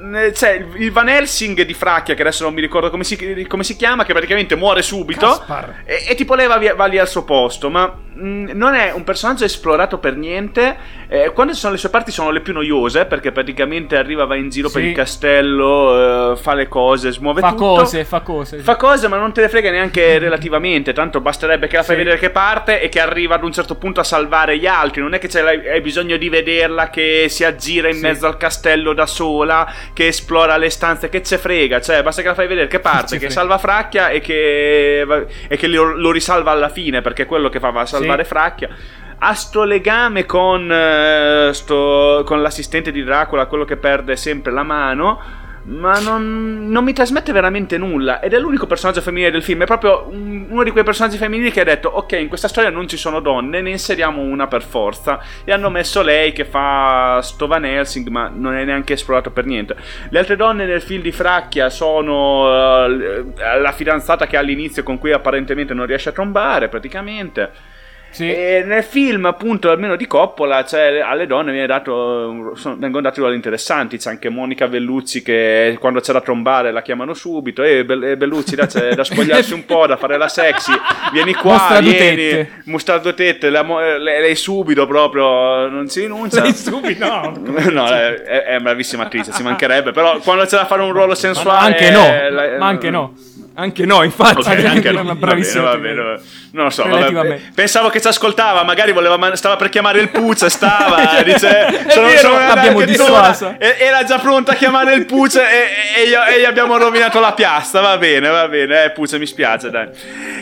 c'è il Van Helsing di Fracchia, che adesso non mi ricordo come si, come si chiama, che praticamente muore subito e, e tipo lei va, via, va lì al suo posto, ma mh, non è un personaggio esplorato per niente. Eh, quando ci sono le sue parti sono le più noiose, perché praticamente arriva, va in giro sì. per il castello, eh, fa le cose, smuove fa tutto, cose, fa cose fa cose ma non te le frega neanche relativamente, tanto basterebbe che la fai sì. vedere che parte e che arriva ad un certo punto a salvare gli altri, non è che c'è, hai bisogno di vederla che si aggira in sì. mezzo al castello da sola, che esplora le stanze, che ce frega, cioè basta che la fai vedere che parte, che, che salva Fracchia e che, e che lo, lo risalva alla fine, perché è quello che fa, va a salvare sì. Fracchia. Ha sto legame con, uh, sto, con l'assistente di Dracula, quello che perde sempre la mano, ma non, non mi trasmette veramente nulla, ed è l'unico personaggio femminile del film, è proprio un, uno di quei personaggi femminili che ha detto ok, in questa storia non ci sono donne, ne inseriamo una per forza, e hanno messo lei che fa sto Van Helsing, ma non è neanche esplorato per niente. Le altre donne nel film di Fracchia sono uh, la fidanzata che all'inizio, con cui apparentemente non riesce a trombare praticamente. Sì. E nel film appunto almeno di Coppola, cioè, alle donne viene dato, sono, vengono dati ruoli interessanti. C'è anche Monica Bellucci che quando c'è da trombare la chiamano subito, e eh, Bellucci da, c'è da spogliarsi un po', da fare la sexy, vieni qua, Mostardo vieni tette. Mostardo tette, la, lei, lei subito proprio non si rinuncia. Lei subito no, no è, è bravissima attrice, ci mancherebbe, però quando c'è da fare un ruolo sensuale ma anche no, la, ma anche no Anche no, infatti, okay, anche no. Bravissimo. Va bene, va bene. Non lo so, vabbè. Pensavo che ci ascoltava, magari voleva, stava per chiamare il Puce, stava, dice, sono, vero, sono l'abbiamo dissuasa. Era già pronta a chiamare il Puce e, e, io, e gli abbiamo rovinato la piazza, va bene, va bene, eh, Puce, mi spiace, dai.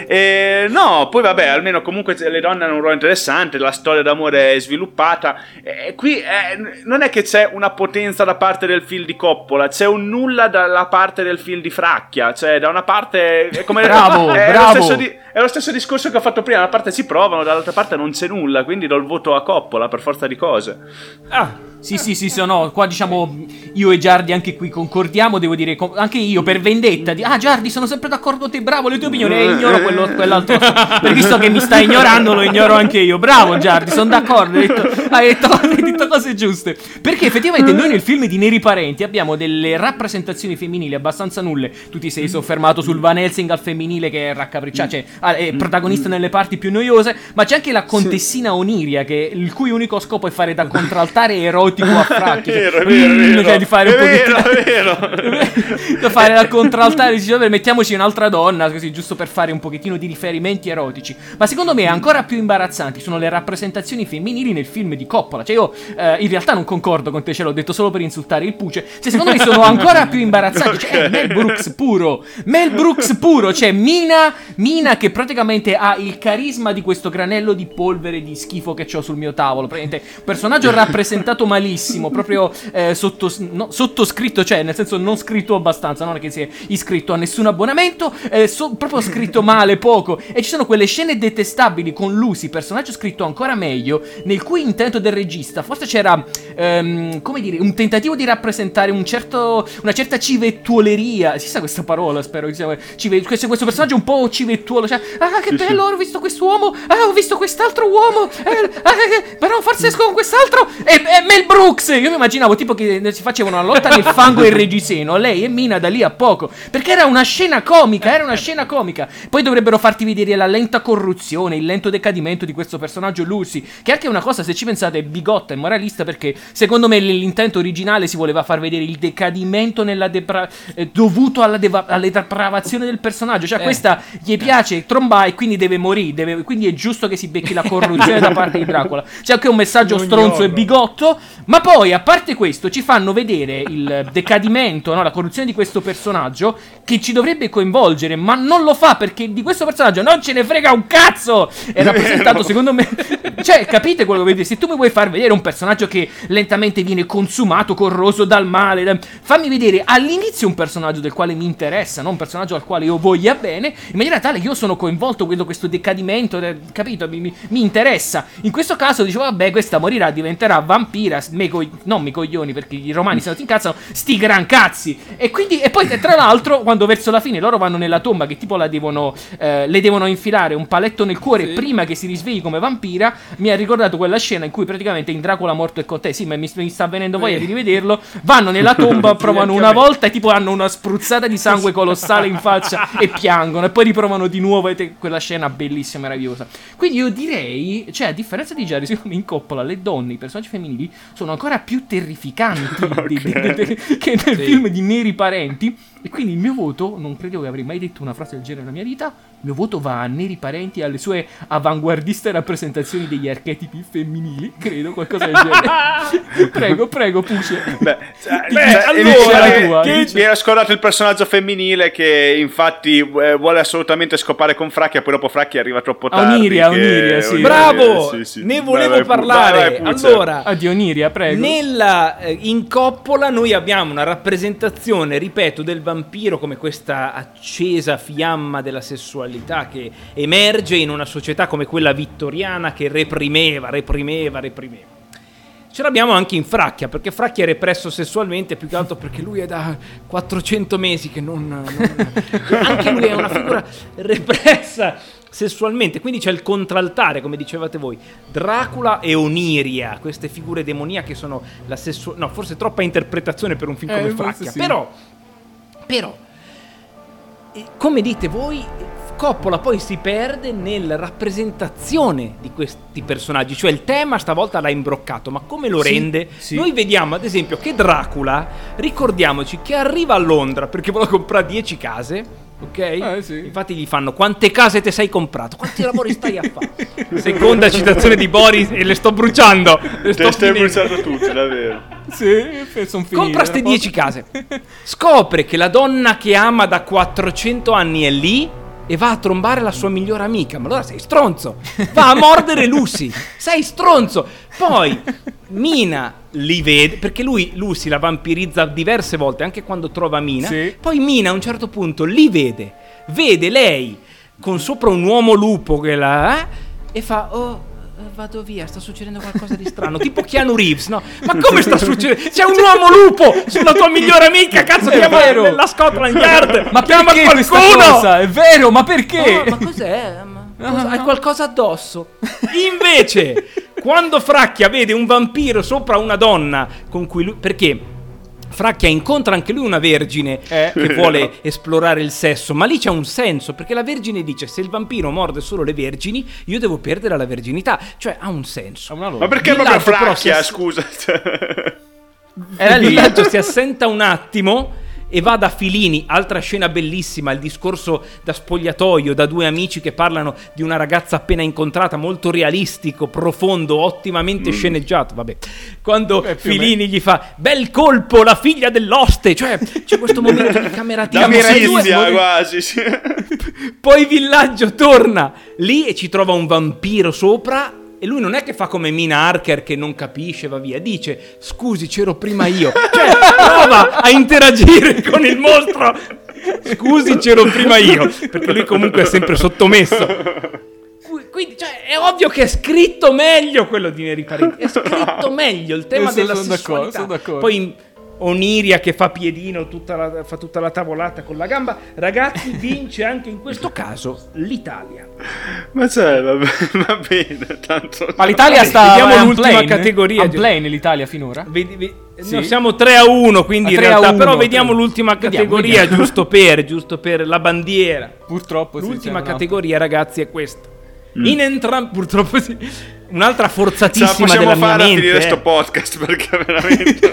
E, no, poi vabbè, almeno comunque le donne hanno un ruolo interessante, la storia d'amore è sviluppata, e qui eh, non è che c'è una potenza da parte del film di Coppola, c'è un nulla dalla parte del film di Fracchia, cioè da una parte è come bravo, è, bravo. Lo stesso di, è lo stesso discorso che ho fatto prima, da una parte ci provano, dall'altra parte non c'è nulla, quindi do il voto a Coppola per forza di cose. Ah, sì, sì, sì, sono qua, diciamo, io e Giardi anche qui concordiamo, devo dire, anche io per vendetta di, ah Giardi, sono sempre d'accordo con te, bravo, le tue opinioni, e ignoro quello, quell'altro, per visto che mi sta ignorando lo ignoro anche io, bravo Giardi, sono d'accordo, hai detto, hai detto, hai detto cose giuste, perché effettivamente noi nel film di Neri Parenti abbiamo delle rappresentazioni femminili abbastanza nulle, tu ti sei soffermato sul Van Helsing al femminile che è raccapricciato, cioè è protagonista nelle parti più noiose, ma c'è anche la contessina Oniria, che il cui unico scopo è fare da contraltare eroico erotico a Fracchia. È vero, è vero, è vero. Cioè, di fare un è vero, pochettino... è vero. da fare al contraltare, dice, vabbè, mettiamoci un'altra donna, così, giusto per fare un pochettino di riferimenti erotici. Ma secondo me ancora più imbarazzanti sono le rappresentazioni femminili nel film di Coppola. Cioè io eh, in realtà non concordo con te, ce l'ho detto solo per insultare il Puce. Cioè secondo me sono ancora più imbarazzanti. Cioè è Mel Brooks puro. Mel Brooks puro. Cioè Mina, Mina che praticamente ha il carisma di questo granello di polvere di schifo che ho sul mio tavolo. Praticamente un personaggio rappresentato malissimo, proprio eh, sotto, no, sottoscritto, cioè nel senso non scritto abbastanza, non è che si è iscritto a nessun abbonamento, eh, so, proprio scritto male, poco. E ci sono quelle scene detestabili con Lucy, personaggio scritto ancora meglio, nel cui intento del regista forse c'era ehm, come dire, un tentativo di rappresentare un certo, una certa civettuoleria. Si sa questa parola, spero che sia cive, questo, questo personaggio un po' civettuolo, cioè ah che bello, ho visto quest'uomo, ah ho visto quest'altro uomo, eh, ah, eh, però forse esco con quest'altro, e eh, eh, Mel Brooks. Io mi immaginavo tipo che si facevano una lotta nel fango e il reggiseno, lei e Mina da lì a poco, perché era una scena comica, era una scena comica. Poi dovrebbero farti vedere la lenta corruzione, il lento decadimento di questo personaggio Lucy, che anche è una cosa, se ci pensate, è bigotta e moralista, perché secondo me l'intento originale si voleva far vedere il decadimento nella depra- eh, dovuto alla deva- alla depravazione del personaggio. Cioè eh. questa gli piace trombare e quindi deve morire, deve, quindi è giusto che si becchi la corruzione da parte di Dracula. C'è anche un messaggio non stronzo e bigotto. Ma poi a parte questo ci fanno vedere il decadimento, no, la corruzione di questo personaggio, che ci dovrebbe coinvolgere, ma non lo fa, perché di questo personaggio non ce ne frega un cazzo. È rappresentato secondo me, cioè capite quello che vedete? Se tu mi vuoi far vedere un personaggio che lentamente viene consumato, corroso dal male, fammi vedere all'inizio un personaggio del quale mi interessa, non un personaggio al quale io voglia bene, in maniera tale che io sono coinvolto, vedo questo decadimento, capito? Mi, mi, mi interessa. In questo caso dicevo, vabbè, questa morirà, diventerà vampira, me co- non mi coglioni, perché i romani se non ti incazzano, sti gran cazzi. E quindi, e poi tra l'altro, quando verso la fine loro vanno nella tomba, che tipo la devono, eh, le devono infilare un paletto nel cuore sì. prima che si risvegli come vampira, mi ha ricordato quella scena in cui praticamente in Dracula morto e con te, sì, ma mi, mi sta venendo voglia di rivederlo, vanno nella tomba, provano una volta e tipo hanno una spruzzata di sangue colossale in faccia e piangono, e poi riprovano di nuovo, e te, quella scena bellissima, meravigliosa. Quindi io direi, cioè a differenza di Jerry, secondo me in Coppola le donne, i personaggi femminili sono ancora più terrificanti okay. di, di, di, di, che nel sì. film di Neri Parenti. E quindi il mio voto, non credo che avrei mai detto una frase del genere nella mia vita, il mio voto va a Neri Parenti e alle sue avanguardiste rappresentazioni degli archetipi femminili, credo, qualcosa del genere. prego, prego, Puce. Beh, Ti, beh allora, la tua, che mi era scordato il personaggio femminile che infatti eh, vuole assolutamente scopare con Fracchia, poi dopo Fracchia arriva troppo tardi. Oniria, Oniria, sì. Bravo! Sì, sì. Ne volevo vai, vai, parlare. vai, vai, allora, ah, di Oniria, prego. Nella, eh, in Coppola noi abbiamo una rappresentazione, ripeto, del vampiro come questa accesa fiamma della sessualità che emerge in una società come quella vittoriana che reprimeva, reprimeva, reprimeva. Ce l'abbiamo anche in Fracchia, perché Fracchia è represso sessualmente più che altro perché lui è da quattrocento mesi che non... non anche lui è una figura repressa sessualmente, quindi c'è il contraltare, come dicevate voi, Dracula e Oniria, queste figure demoniache sono la sessualità, no, forse troppa interpretazione per un film come eh, Fracchia, sì. però però come dite voi, Coppola poi si perde nella rappresentazione di questi personaggi, cioè il tema stavolta l'ha imbroccato, ma come lo sì, rende? Sì. Noi vediamo ad esempio che Dracula, ricordiamoci che arriva a Londra perché vuole comprare dieci case, ok? Eh, sì. Infatti gli fanno: quante case te sei comprato? Quanti lavori stai a fare? Seconda citazione di Boris, e le sto bruciando. Le sto te stai bruciando tutte, davvero. Sì, sono finite. Compra ste dieci case. Scopre che la donna che ama da quattrocento anni è lì e va a trombare la sua migliore amica. Ma allora sei stronzo. Va a mordere Lucy. Sei stronzo. Poi Mina li vede, perché lui Lucy la vampirizza diverse volte, anche quando trova Mina. Sì. Poi Mina a un certo punto li vede. Vede lei con sopra un uomo lupo che la... Eh, e fa: oh, vado via, sta succedendo qualcosa di strano. Tipo Keanu Reeves, no? Ma come sta succedendo? C'è un uomo lupo sulla tua migliore amica, cazzo, chiama nella Scotland Yard. Ma chiama qualcuno! È vero, ma perché? Oh, ma cos'è? Ma cosa? Hai qualcosa addosso? Invece, quando Fracchia vede un vampiro sopra una donna con cui lui... Perché Fracchia incontra anche lui una vergine eh. che vuole esplorare il sesso, ma lì c'è un senso, perché la vergine dice: se il vampiro morde solo le vergini, io devo perdere la verginità. Cioè ha un senso. Ma perché proprio Fracchia, scusa? Era il villaggio si assenta un attimo e va da Filini, altra scena bellissima, il discorso da spogliatoio, da due amici che parlano di una ragazza appena incontrata, molto realistico, profondo, ottimamente mm. sceneggiato, vabbè. Quando eh, Filini gli fa: bel colpo, la figlia dell'oste, cioè c'è questo momento di cameratina, da quasi, sì. Poi Villaggio torna lì e ci trova un vampiro sopra. E lui non è che fa come Mina Harker che non capisce, va via, dice: scusi, c'ero prima io. Cioè, prova a interagire con il mostro. Scusi, c'ero prima io. Perché lui comunque è sempre sottomesso. Quindi, cioè, è ovvio che è scritto meglio quello di Neri Parenti. È scritto meglio il tema della sono sessualità. D'accordo, sono d'accordo. Poi Oniria che fa piedino, tutta la, fa tutta la tavolata con la gamba. Ragazzi, vince anche in questo caso l'Italia. Ma cioè, va, va bene, tanto. Ma l'Italia sta. Vediamo l'ultima categoria. Un play nell'Italia finora. Vedi, vedi, sì. No, siamo tre a uno, quindi in realtà. Però vediamo tre. L'ultima categoria, vediamo, vediamo. giusto per, giusto per la bandiera. Purtroppo l'ultima sì, categoria, ragazzi, è questa. Mm. In entrambi, purtroppo sì. Un'altra forzatissima della mia mente. Possiamo fare a finire sto podcast perché veramente.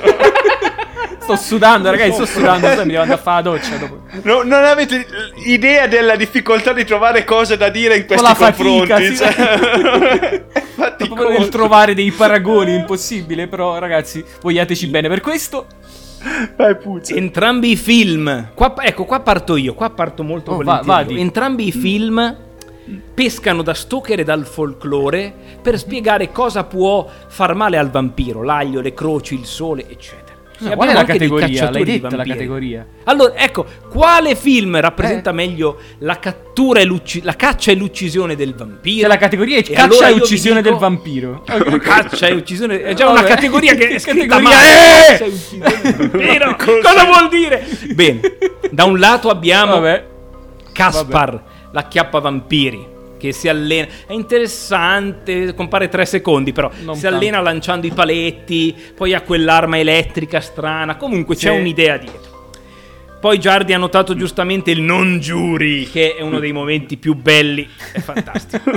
Sto sudando, ragazzi, sto sudando, mi devo andare a fare la doccia dopo. No, non avete idea della difficoltà di trovare cose da dire in questi confronti. Fatica, sì. Proprio nel trovare dei paragoni, impossibile, però ragazzi, vogliateci bene per questo. Vai, puzza. Entrambi i film. Qua, ecco, qua parto io, qua parto molto oh, volentieri. Va, Entrambi i film pescano da Stoker e dal folklore per spiegare cosa può far male al vampiro, l'aglio, le croci, il sole, eccetera. No, qual è la categoria? L'hai detta la categoria? Allora, ecco, quale film rappresenta eh. meglio la cattura e l'ucc- la caccia e l'uccisione del vampiro? Cioè la categoria è caccia allora e uccisione dico, del vampiro. Okay. Caccia e uccisione è già oh, una beh. categoria che è scritta male. È? Caccia e uccisione del vampiro. Cosa vuol dire? Bene, da un lato abbiamo Vabbè. Caspar, Vabbè. l'acchiappa vampiri, che si allena, è interessante, compare tre secondi però, non si tanto. allena lanciando i paletti, poi ha quell'arma elettrica strana, comunque sì. c'è un'idea dietro. Poi Giardi ha notato giustamente il non giuri, che è uno dei momenti più belli, è fantastico.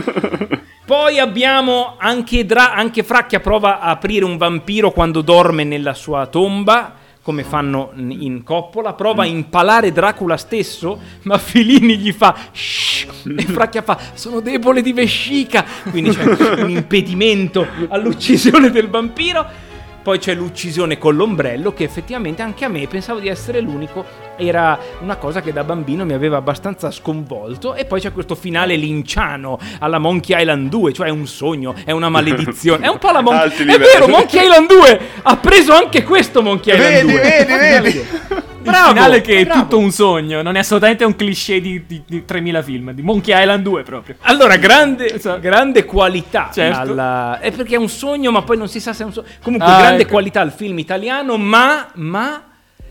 Poi abbiamo anche, Dra- anche Fracchia prova a aprire un vampiro quando dorme nella sua tomba, come fanno in Coppola, prova a impalare Dracula stesso, ma Filini gli fa shh, e Fracchia fa sono debole di vescica, quindi c'è un impedimento all'uccisione del vampiro. Poi c'è l'uccisione con l'ombrello, che effettivamente anche a me, pensavo di essere l'unico, era una cosa che da bambino mi aveva abbastanza sconvolto. E poi c'è questo finale linciano alla Monkey Island due, cioè è un sogno, è una maledizione, è un po' la Monkey Island. È vero, Monkey Island due ha preso anche questo Monkey Island vedi, due. Vedi, vedi, Bravo, il finale che bravo. È tutto un sogno, non è assolutamente un cliché di, di, di tremila film, di Monkey Island due proprio. Allora, grande, grande qualità, certo. alla... è perché è un sogno, ma poi non si sa se è un sogno. Comunque, ah, grande ecco. qualità al film italiano, ma, ma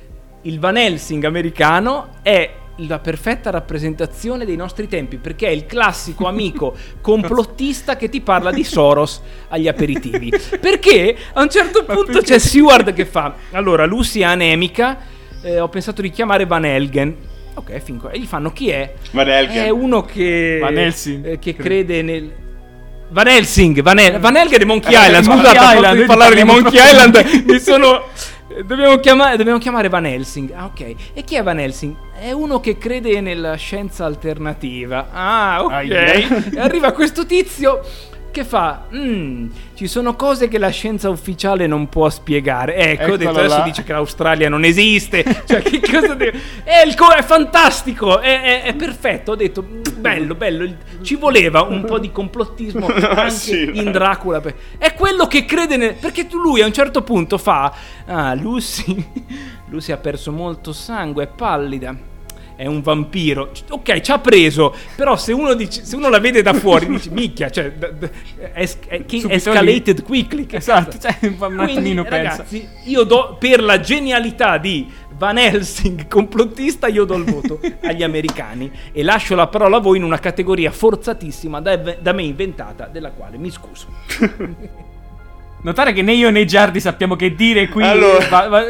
il Van Helsing americano è la perfetta rappresentazione dei nostri tempi, perché è il classico amico complottista che ti parla di Soros agli aperitivi. Perché a un certo punto c'è Seward che fa: allora, Lucy è anemica. Eh, ho pensato di chiamare Van Helgen. Ok, fin qua. E gli fanno: chi è? Van Helgen. È uno che Van Helsing. Eh, che crede nel Van Helsing, Van, El- Van Helgen e Monkey eh, Island. Monkey Scusate, Island, di parlare di Monkey Island. Mi sono dobbiamo chiamare dobbiamo chiamare Van Helsing. Ah, ok. E chi è Van Helsing? È uno che crede nella scienza alternativa. Ah, ok. E arriva questo tizio che fa mm, ci sono cose che la scienza ufficiale non può spiegare. Ecco, ho detto, adesso dice che l'Australia non esiste. Cioè, che cosa deve... è, il co- è fantastico, è, è, è perfetto. Ho detto bello, bello. Ci voleva un po' di complottismo anche sì, in Dracula. È quello che crede nel... perché lui a un certo punto fa ah, Lucy Lucy ha perso molto sangue, è pallida, è un vampiro. Ok, ci ha preso. Però se uno dice, se uno la vede da fuori dice minchia, cioè d- d- es- es- escalated quickly. Esatto, cioè, un attimino pensa. Ragazzi, io do per la genialità di Van Helsing complottista, io do il voto agli americani e lascio la parola a voi in una categoria forzatissima da, da me inventata, della quale mi scuso. Notare che né io né Giardi sappiamo che dire qui. Allora. Va, va...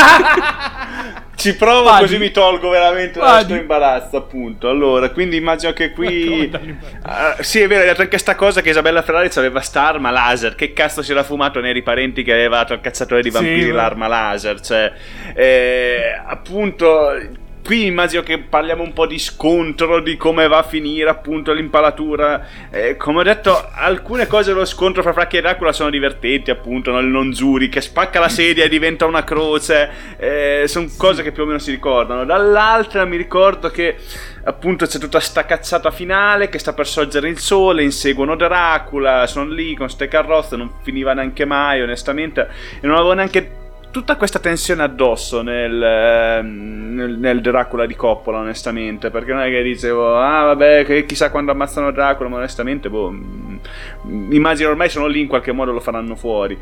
Ci provo, Vadi. Così mi tolgo veramente da questo imbarazzo, appunto. Allora, quindi immagino che qui uh, sì, è vero, hai detto anche sta cosa che Isabella Ferrari aveva sta arma laser. Che cazzo si era fumato nei Parenti che aveva dato al cacciatore di vampiri sì, l'arma laser? Cioè, eh, appunto, qui immagino che parliamo un po' di scontro, di come va a finire appunto l'impalatura. Eh, come ho detto, alcune cose dello scontro fra Fracchi e Dracula sono divertenti, appunto, no? Il Nonzuri che spacca la sedia e diventa una croce, eh, sono cose che più o meno si ricordano. Dall'altra mi ricordo che appunto c'è tutta sta cazzata finale che sta per sorgere il sole, inseguono Dracula, sono lì con ste carrozze, non finiva neanche mai onestamente, e non avevo neanche tutta questa tensione addosso nel, nel, nel Dracula di Coppola, onestamente, perché non è che dicevo ah vabbè che chissà quando ammazzano Dracula, ma onestamente boh, immagino ormai sono lì, in qualche modo lo faranno fuori.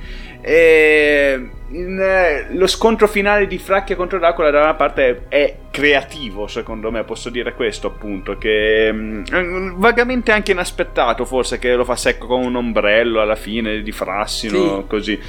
E in, eh, lo scontro finale di Fracchia contro Dracula da una parte è, è creativo, secondo me, posso dire questo, appunto, che mh, vagamente anche inaspettato, forse, che lo fa secco con un ombrello alla fine di Frassino, sì. Così,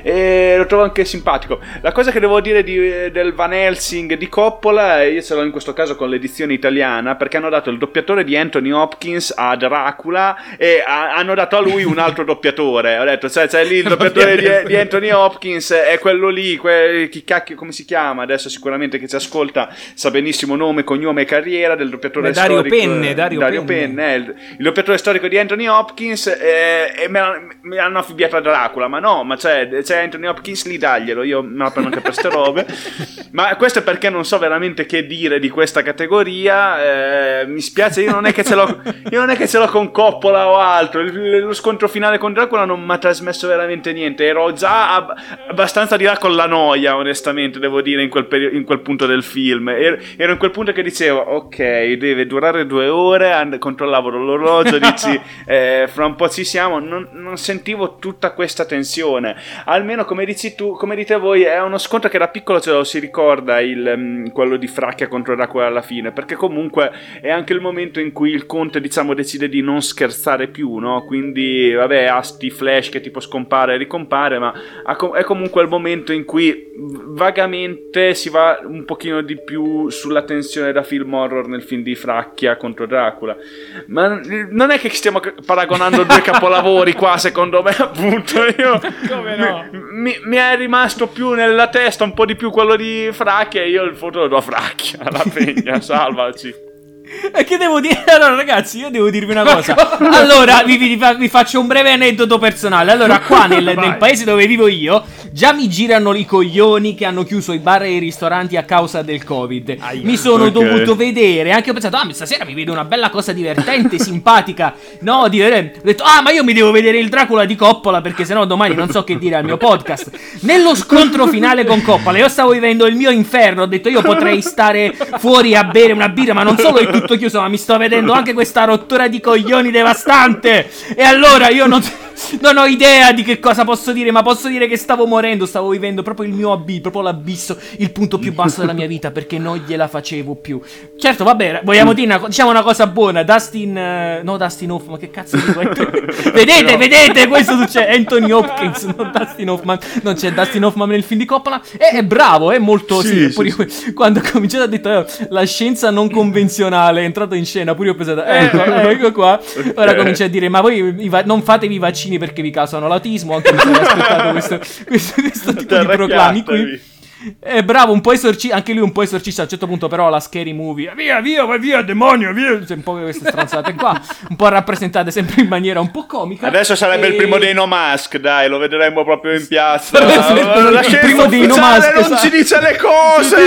e lo trovo anche simpatico. La cosa che devo dire di, del Van Helsing di Coppola, io ce l'ho in questo caso con l'edizione italiana, perché hanno dato il doppiatore di Anthony Hopkins a Dracula e a, hanno dato a lui un altro doppiatore. Ho detto, cioè, c'è lì il doppiatore di, di Anthony Hopkins, è quello lì, que, chi cacchio, come si chiama? Adesso sicuramente chi ci ascolta sa benissimo nome, cognome e carriera del doppiatore Dario storico. Penne, Dario, Dario Penne, Penne il, il doppiatore storico di Anthony Hopkins, eh, e me, me l'hanno affibbiato a Dracula, ma no, ma c'è, c'è Anthony Hopkins lì, daglielo, io me la prendo anche per ste robe. Ma questo è perché non so veramente che dire di questa categoria, eh, mi spiace, io non è che ce l'ho io non è che ce l'ho con Coppola o altro, il, lo scontro finale con Dracula non mi ha trasmesso veramente niente, ero già ab- abbastanza di là con la noia, onestamente, devo dire, in quel, peri- in quel punto del film, ero, ero in quel punto che dicevo ok, deve durare due ore, and- controllavo l'orologio, dici eh, fra un po' ci siamo, non, non sentivo tutta questa tensione, almeno come dici tu, come dite voi, è uno scontro che da piccolo ce lo si ricorda, il, um, quello di Fracchia contro Dracula alla fine, perché comunque è anche il momento in cui il conte, diciamo, decide di non scherzare più, no? Quindi vabbè, ha sti flash che tipo scompare e ricompare, ma è comunque il momento in cui vagamente si va un pochino di più sulla tensione da film horror nel film di Fracchia contro Dracula. Ma non è che stiamo paragonando due capolavori qua, secondo me, appunto. Io come no? mi, mi, mi è rimasto più nella testa un po' di più quello di Fracchia, e io il foto lo do a Fracchia, alla pegna, salvaci. E che devo dire? Allora ragazzi, io devo dirvi una cosa. Allora vi, vi, vi faccio un breve aneddoto personale. Allora qua nel, nel paese dove vivo io già mi girano i coglioni che hanno chiuso i bar e i ristoranti a causa del Covid. Aia, mi sono okay. dovuto vedere, anche ho pensato ah stasera mi vedo una bella cosa divertente, simpatica. No, di vedere, ho detto ah ma io mi devo vedere il Dracula di Coppola, perché sennò domani non so che dire al mio podcast. Nello scontro finale con Coppola io stavo vivendo il mio inferno. Ho detto io potrei stare fuori a bere una birra, ma non solo il tutto chiuso, ma mi sto vedendo anche questa rottura di coglioni devastante. E allora io non, non ho idea di che cosa posso dire, ma posso dire che stavo morendo, stavo vivendo proprio il mio abisso, proprio l'abisso, il punto più basso della mia vita, perché non gliela facevo più. Certo, vabbè, vogliamo dire una, diciamo una cosa buona. Dustin uh, no Dustin Hoffman, che cazzo dico? vedete, no. vedete, questo succede. Anthony Hopkins, non Dustin Hoffman. Non c'è Dustin Hoffman nel film di Coppola. E è bravo, è molto sì, sì, pure sì, sì. Quando ho cominciato ha detto eh, la scienza non convenzionale, è entrato in scena, pure io ho pensato ecco, ecco qua. Ora comincia a dire ma voi i va- non fatevi i vaccini perché vi causano l'autismo. Anche mi sarei aspettato questo, questo, questo tipo di proclami qui. È bravo, un po' esorcista, anche lui un po' esorcista a un certo punto, però la scary movie via via vai via demonio via, c'è un po' queste stronzate qua, un po' rappresentate sempre in maniera un po' comica. Adesso sarebbe e... il primo dei No Mask, dai, lo vedremo proprio in piazza. No, la il primo dei No Mask non sa. Ci dice le cose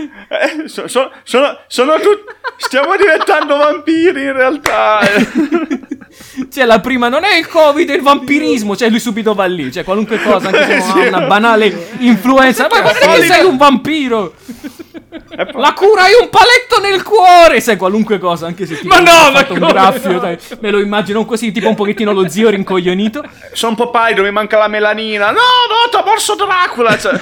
eh, so, so, sono, sono tutti stiamo diventando vampiri in realtà. Cioè la prima non è il Covid, è il vampirismo. Cioè lui subito va lì, cioè qualunque cosa, anche se non ha una banale influenza. Ma perché sei un vampiro? La cura hai un paletto nel cuore. Sai, qualunque cosa, anche se ti ma no, ma fatto un graffio, dai, me lo immagino così, tipo un pochettino lo zio rincoglionito. Sono un po' pallido, mi manca la melanina. No, no, t'ha morso Dracula, cioè.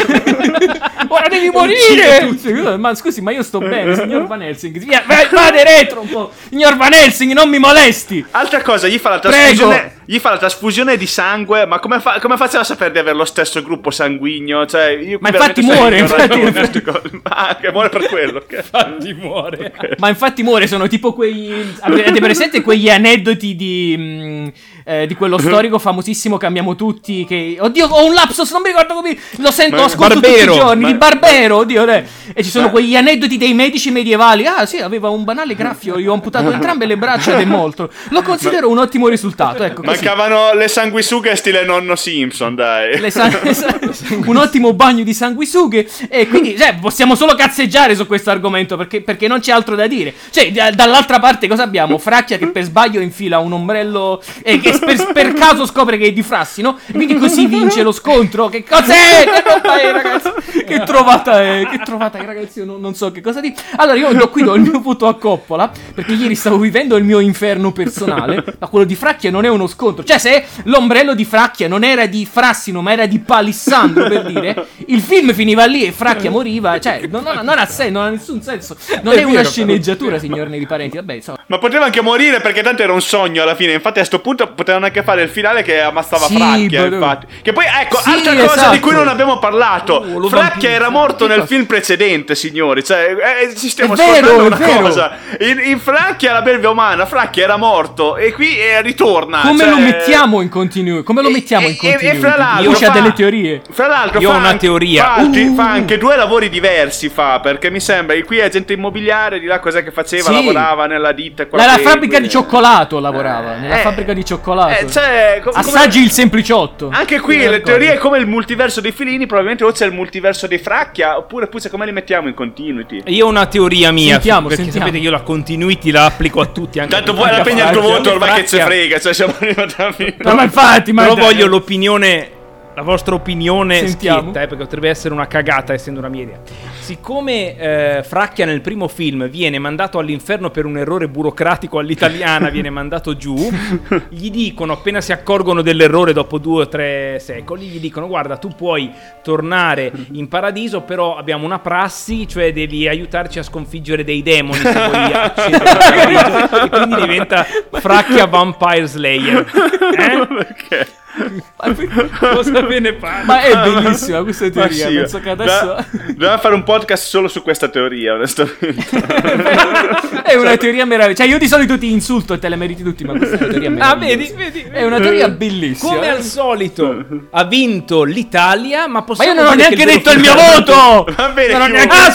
Ora devi morire. Ma scusi, ma io sto bene, signor Van Helsing. Via, vade retro un po'. Signor Van Helsing, non mi molesti. Altra cosa, gli fa la trasfusione. gli fa la trasfusione di sangue, ma come, fa, come faceva a sapere di avere lo stesso gruppo sanguigno? Cioè, io ma infatti muore, infatti, ma che muore per quello. Che... infatti muore. Okay. Ma infatti muore, sono tipo quei... Avete presente quegli aneddoti di... Mh, eh, di quello storico famosissimo Cambiamo Tutti, che... Oddio, ho un lapsus, non mi ricordo come... Lo sento, ma, ascolto Barbero, tutti i giorni, ma... di Barbero, oddio, eh. E ci sono ma... quegli aneddoti dei medici medievali. Ah sì, aveva un banale graffio, io ho amputato entrambe le braccia ed è molto. Lo considero ma... un ottimo risultato, ecco. Così. Mancavano le sanguisughe stile nonno Simpson, dai. Le san... un ottimo bagno di sanguisughe. E quindi, cioè, possiamo solo cazzeggiare su questo argomento, perché, perché non c'è altro da dire. Cioè, d- dall'altra parte cosa abbiamo? Fracchia che per sbaglio infila un ombrello e che per, per caso scopre che è di Frassino, e quindi così vince lo scontro. Che cos'è? Che roba è, ragazzi? Che trovata è? Che trovata è, ragazzi? Io non, non so che cosa dire. Allora, io do, qui do il mio voto a Coppola, perché ieri stavo vivendo il mio inferno personale, ma quello di Fracchia non è uno scontro. Cioè, se l'ombrello di Fracchia non era di Frassino, ma era di Palissandro, per dire, il film finiva lì e Fracchia moriva. Cioè, non, non, non ha senso, non ha nessun senso. Non è, è una sceneggiatura, signor Neri Parenti. Vabbè, insomma. Ma poteva anche morire, perché tanto era un sogno alla fine. Infatti, a sto punto potevano anche fare il finale che ammazzava sì, Fracchia. But... infatti. Che poi, ecco, sì, altra cosa esatto. di cui non abbiamo parlato. Oh, Fracchia era morto nel film precedente, signori. Cioè, eh, ci stiamo scordando una vero. cosa. In, in Fracchia, la belva umana, Fracchia era morto e qui eh, ritorna. Come cioè... lo mettiamo in continuity? Come lo mettiamo in continuity? E, e fra l'altro, io fa, ho delle teorie. Fra l'altro, io fa ho una teoria. Fa, uh. fa anche due lavori diversi. Fa perché mi sembra che qui è agente immobiliare, di là cos'è che faceva? Sì. Lavorava nella ditta. Nella la fabbrica di cioccolato lavorava. Nella eh, fabbrica di cioccolato. Eh, cioè, com- Assaggi come... il sempliciotto. Anche qui le ricordo. teorie è come il multiverso dei Filini. Probabilmente o c'è il multiverso dei Fracchia, oppure pure come li mettiamo in continuity. Io ho una teoria mia. Sentiamo, perché sentiamo. sapete che io la continuity la applico a tutti. Anche tanto vuoi la pegna il tuo voto, ormai che ci frega. Cioè siamo arrivati a no, ma infatti, ma però dai. voglio l'opinione. La vostra opinione Sentiamo. schietta, eh, perché potrebbe essere una cagata essendo una mia idea. Siccome eh, Fracchia nel primo film viene mandato all'inferno per un errore burocratico all'italiana, viene mandato giù, gli dicono, appena si accorgono dell'errore dopo due o tre secoli, gli dicono guarda, tu puoi tornare in paradiso, però abbiamo una prassi, cioè devi aiutarci a sconfiggere dei demoni se vuoi accedere al paradiso, e quindi diventa Fracchia Vampire Slayer. Eh? Perché? Cosa ve ne parli? Ma è bellissima questa teoria. Sì, penso che adesso da, dobbiamo fare un podcast solo su questa teoria, onestamente. È una teoria meravigliosa. Cioè, io di solito ti insulto e te le meriti tutti, ma questa è una teoria meravigliosa. Ah, vedi, vedi, vedi. È una teoria bellissima. Come al solito ha vinto l'Italia, ma possiamo. Ma io non ho neanche detto il mio voto. Va bene. Non ho neanche... Ah,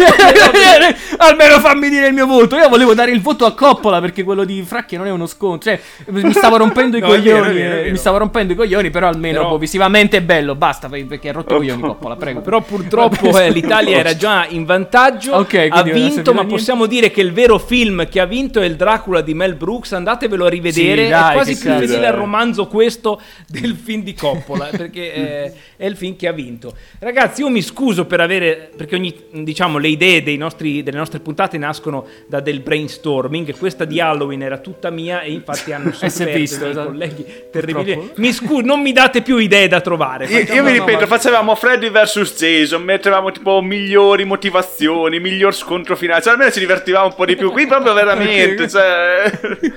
scusa. Almeno fammi dire il mio voto. Io volevo dare il voto a Coppola perché quello di Fracchia non è uno scontro. Cioè, mi stavo rompendo i no, coglioni. È vero, è vero, è vero. Mi stavo rompendo i coglioni, però almeno però... visivamente è bello. Basta perché ha rotto i coglioni Coppola, prego. Però purtroppo eh, l'Italia era già in vantaggio. Okay, ha vinto, ma possiamo dire che il vero film che ha vinto è il Dracula di Mel Brooks. Andatevelo a rivedere. Sì, dai, è quasi più fedele dai. al romanzo questo del film di Coppola, perché eh, è il film che ha vinto. Ragazzi, io mi scuso per avere, perché ogni, diciamo, le idee dei nostri, delle nostre puntate nascono da del brainstorming. Questa di Halloween era tutta mia e infatti hanno sofferto visto, dei esatto. colleghi terribili. Mi scuso, non mi date più idee da trovare. Io, io mi ripeto, no, facevamo Freddy versus Jason, mettevamo tipo migliori motivazioni, miglior scontro finale, cioè almeno ci divertivamo un po' di più. Qui proprio veramente, cioè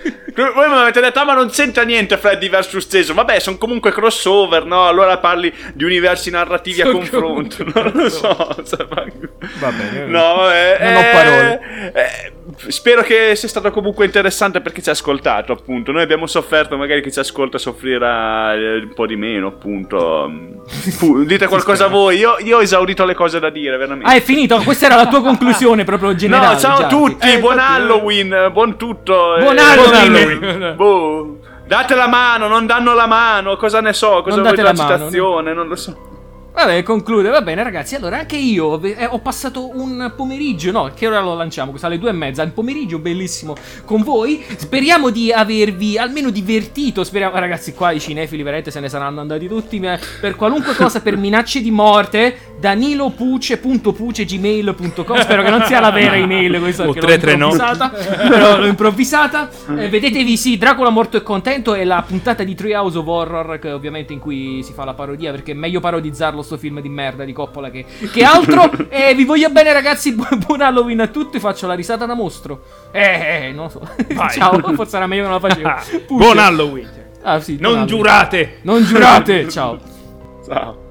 voi mi avete detto, ah, ma non c'entra niente Freddy versus Jason. Vabbè, sono comunque crossover, no? Allora parli di universi narrativi sono a confronto. Non lo so, cioè, ma... va bene. No, eh, non ho parole. Eh, spero che sia stato comunque interessante per chi ci ha ascoltato, appunto. Noi abbiamo sofferto, magari chi ci ascolta soffrirà un po' di meno, appunto. Dite qualcosa voi. Io, io ho esaurito le cose da dire, veramente. Ah, è finito? Questa era la tua conclusione proprio generale. No, ciao già. a tutti, eh, buon infatti, Halloween, buon tutto. Buon eh, Halloween. Boh. Date la mano, non danno la mano, cosa ne so, cosa vuoi la citazione, non lo so. Vabbè, conclude, va bene ragazzi. Allora anche io eh, ho passato un pomeriggio, no, che ora lo lanciamo, alle due e mezza, un pomeriggio bellissimo con voi. Speriamo di avervi almeno divertito. Speriamo, ragazzi, qua i cinefili veramente se ne saranno andati tutti, ma per qualunque cosa, per minacce di morte, danilopuce punto puce gmail punto com. Spero che non sia la vera email questa, o perché tre l'ho tre improvvisata, però l'ho improvvisata. eh, Vedetevi sì, Dracula morto e contento, e la puntata di Treehouse of Horror, che ovviamente in cui si fa la parodia, perché è meglio parodizzarlo sto film di merda di Coppola che, che altro. E vi voglio bene ragazzi, bu- buon Halloween a tutti. Faccio la risata da mostro. Eh, eh non lo so. Ciao, forse era meglio che non la facevo. Buon Halloween. Ah, sì, non giurate! Non giurate! Ciao. Ciao.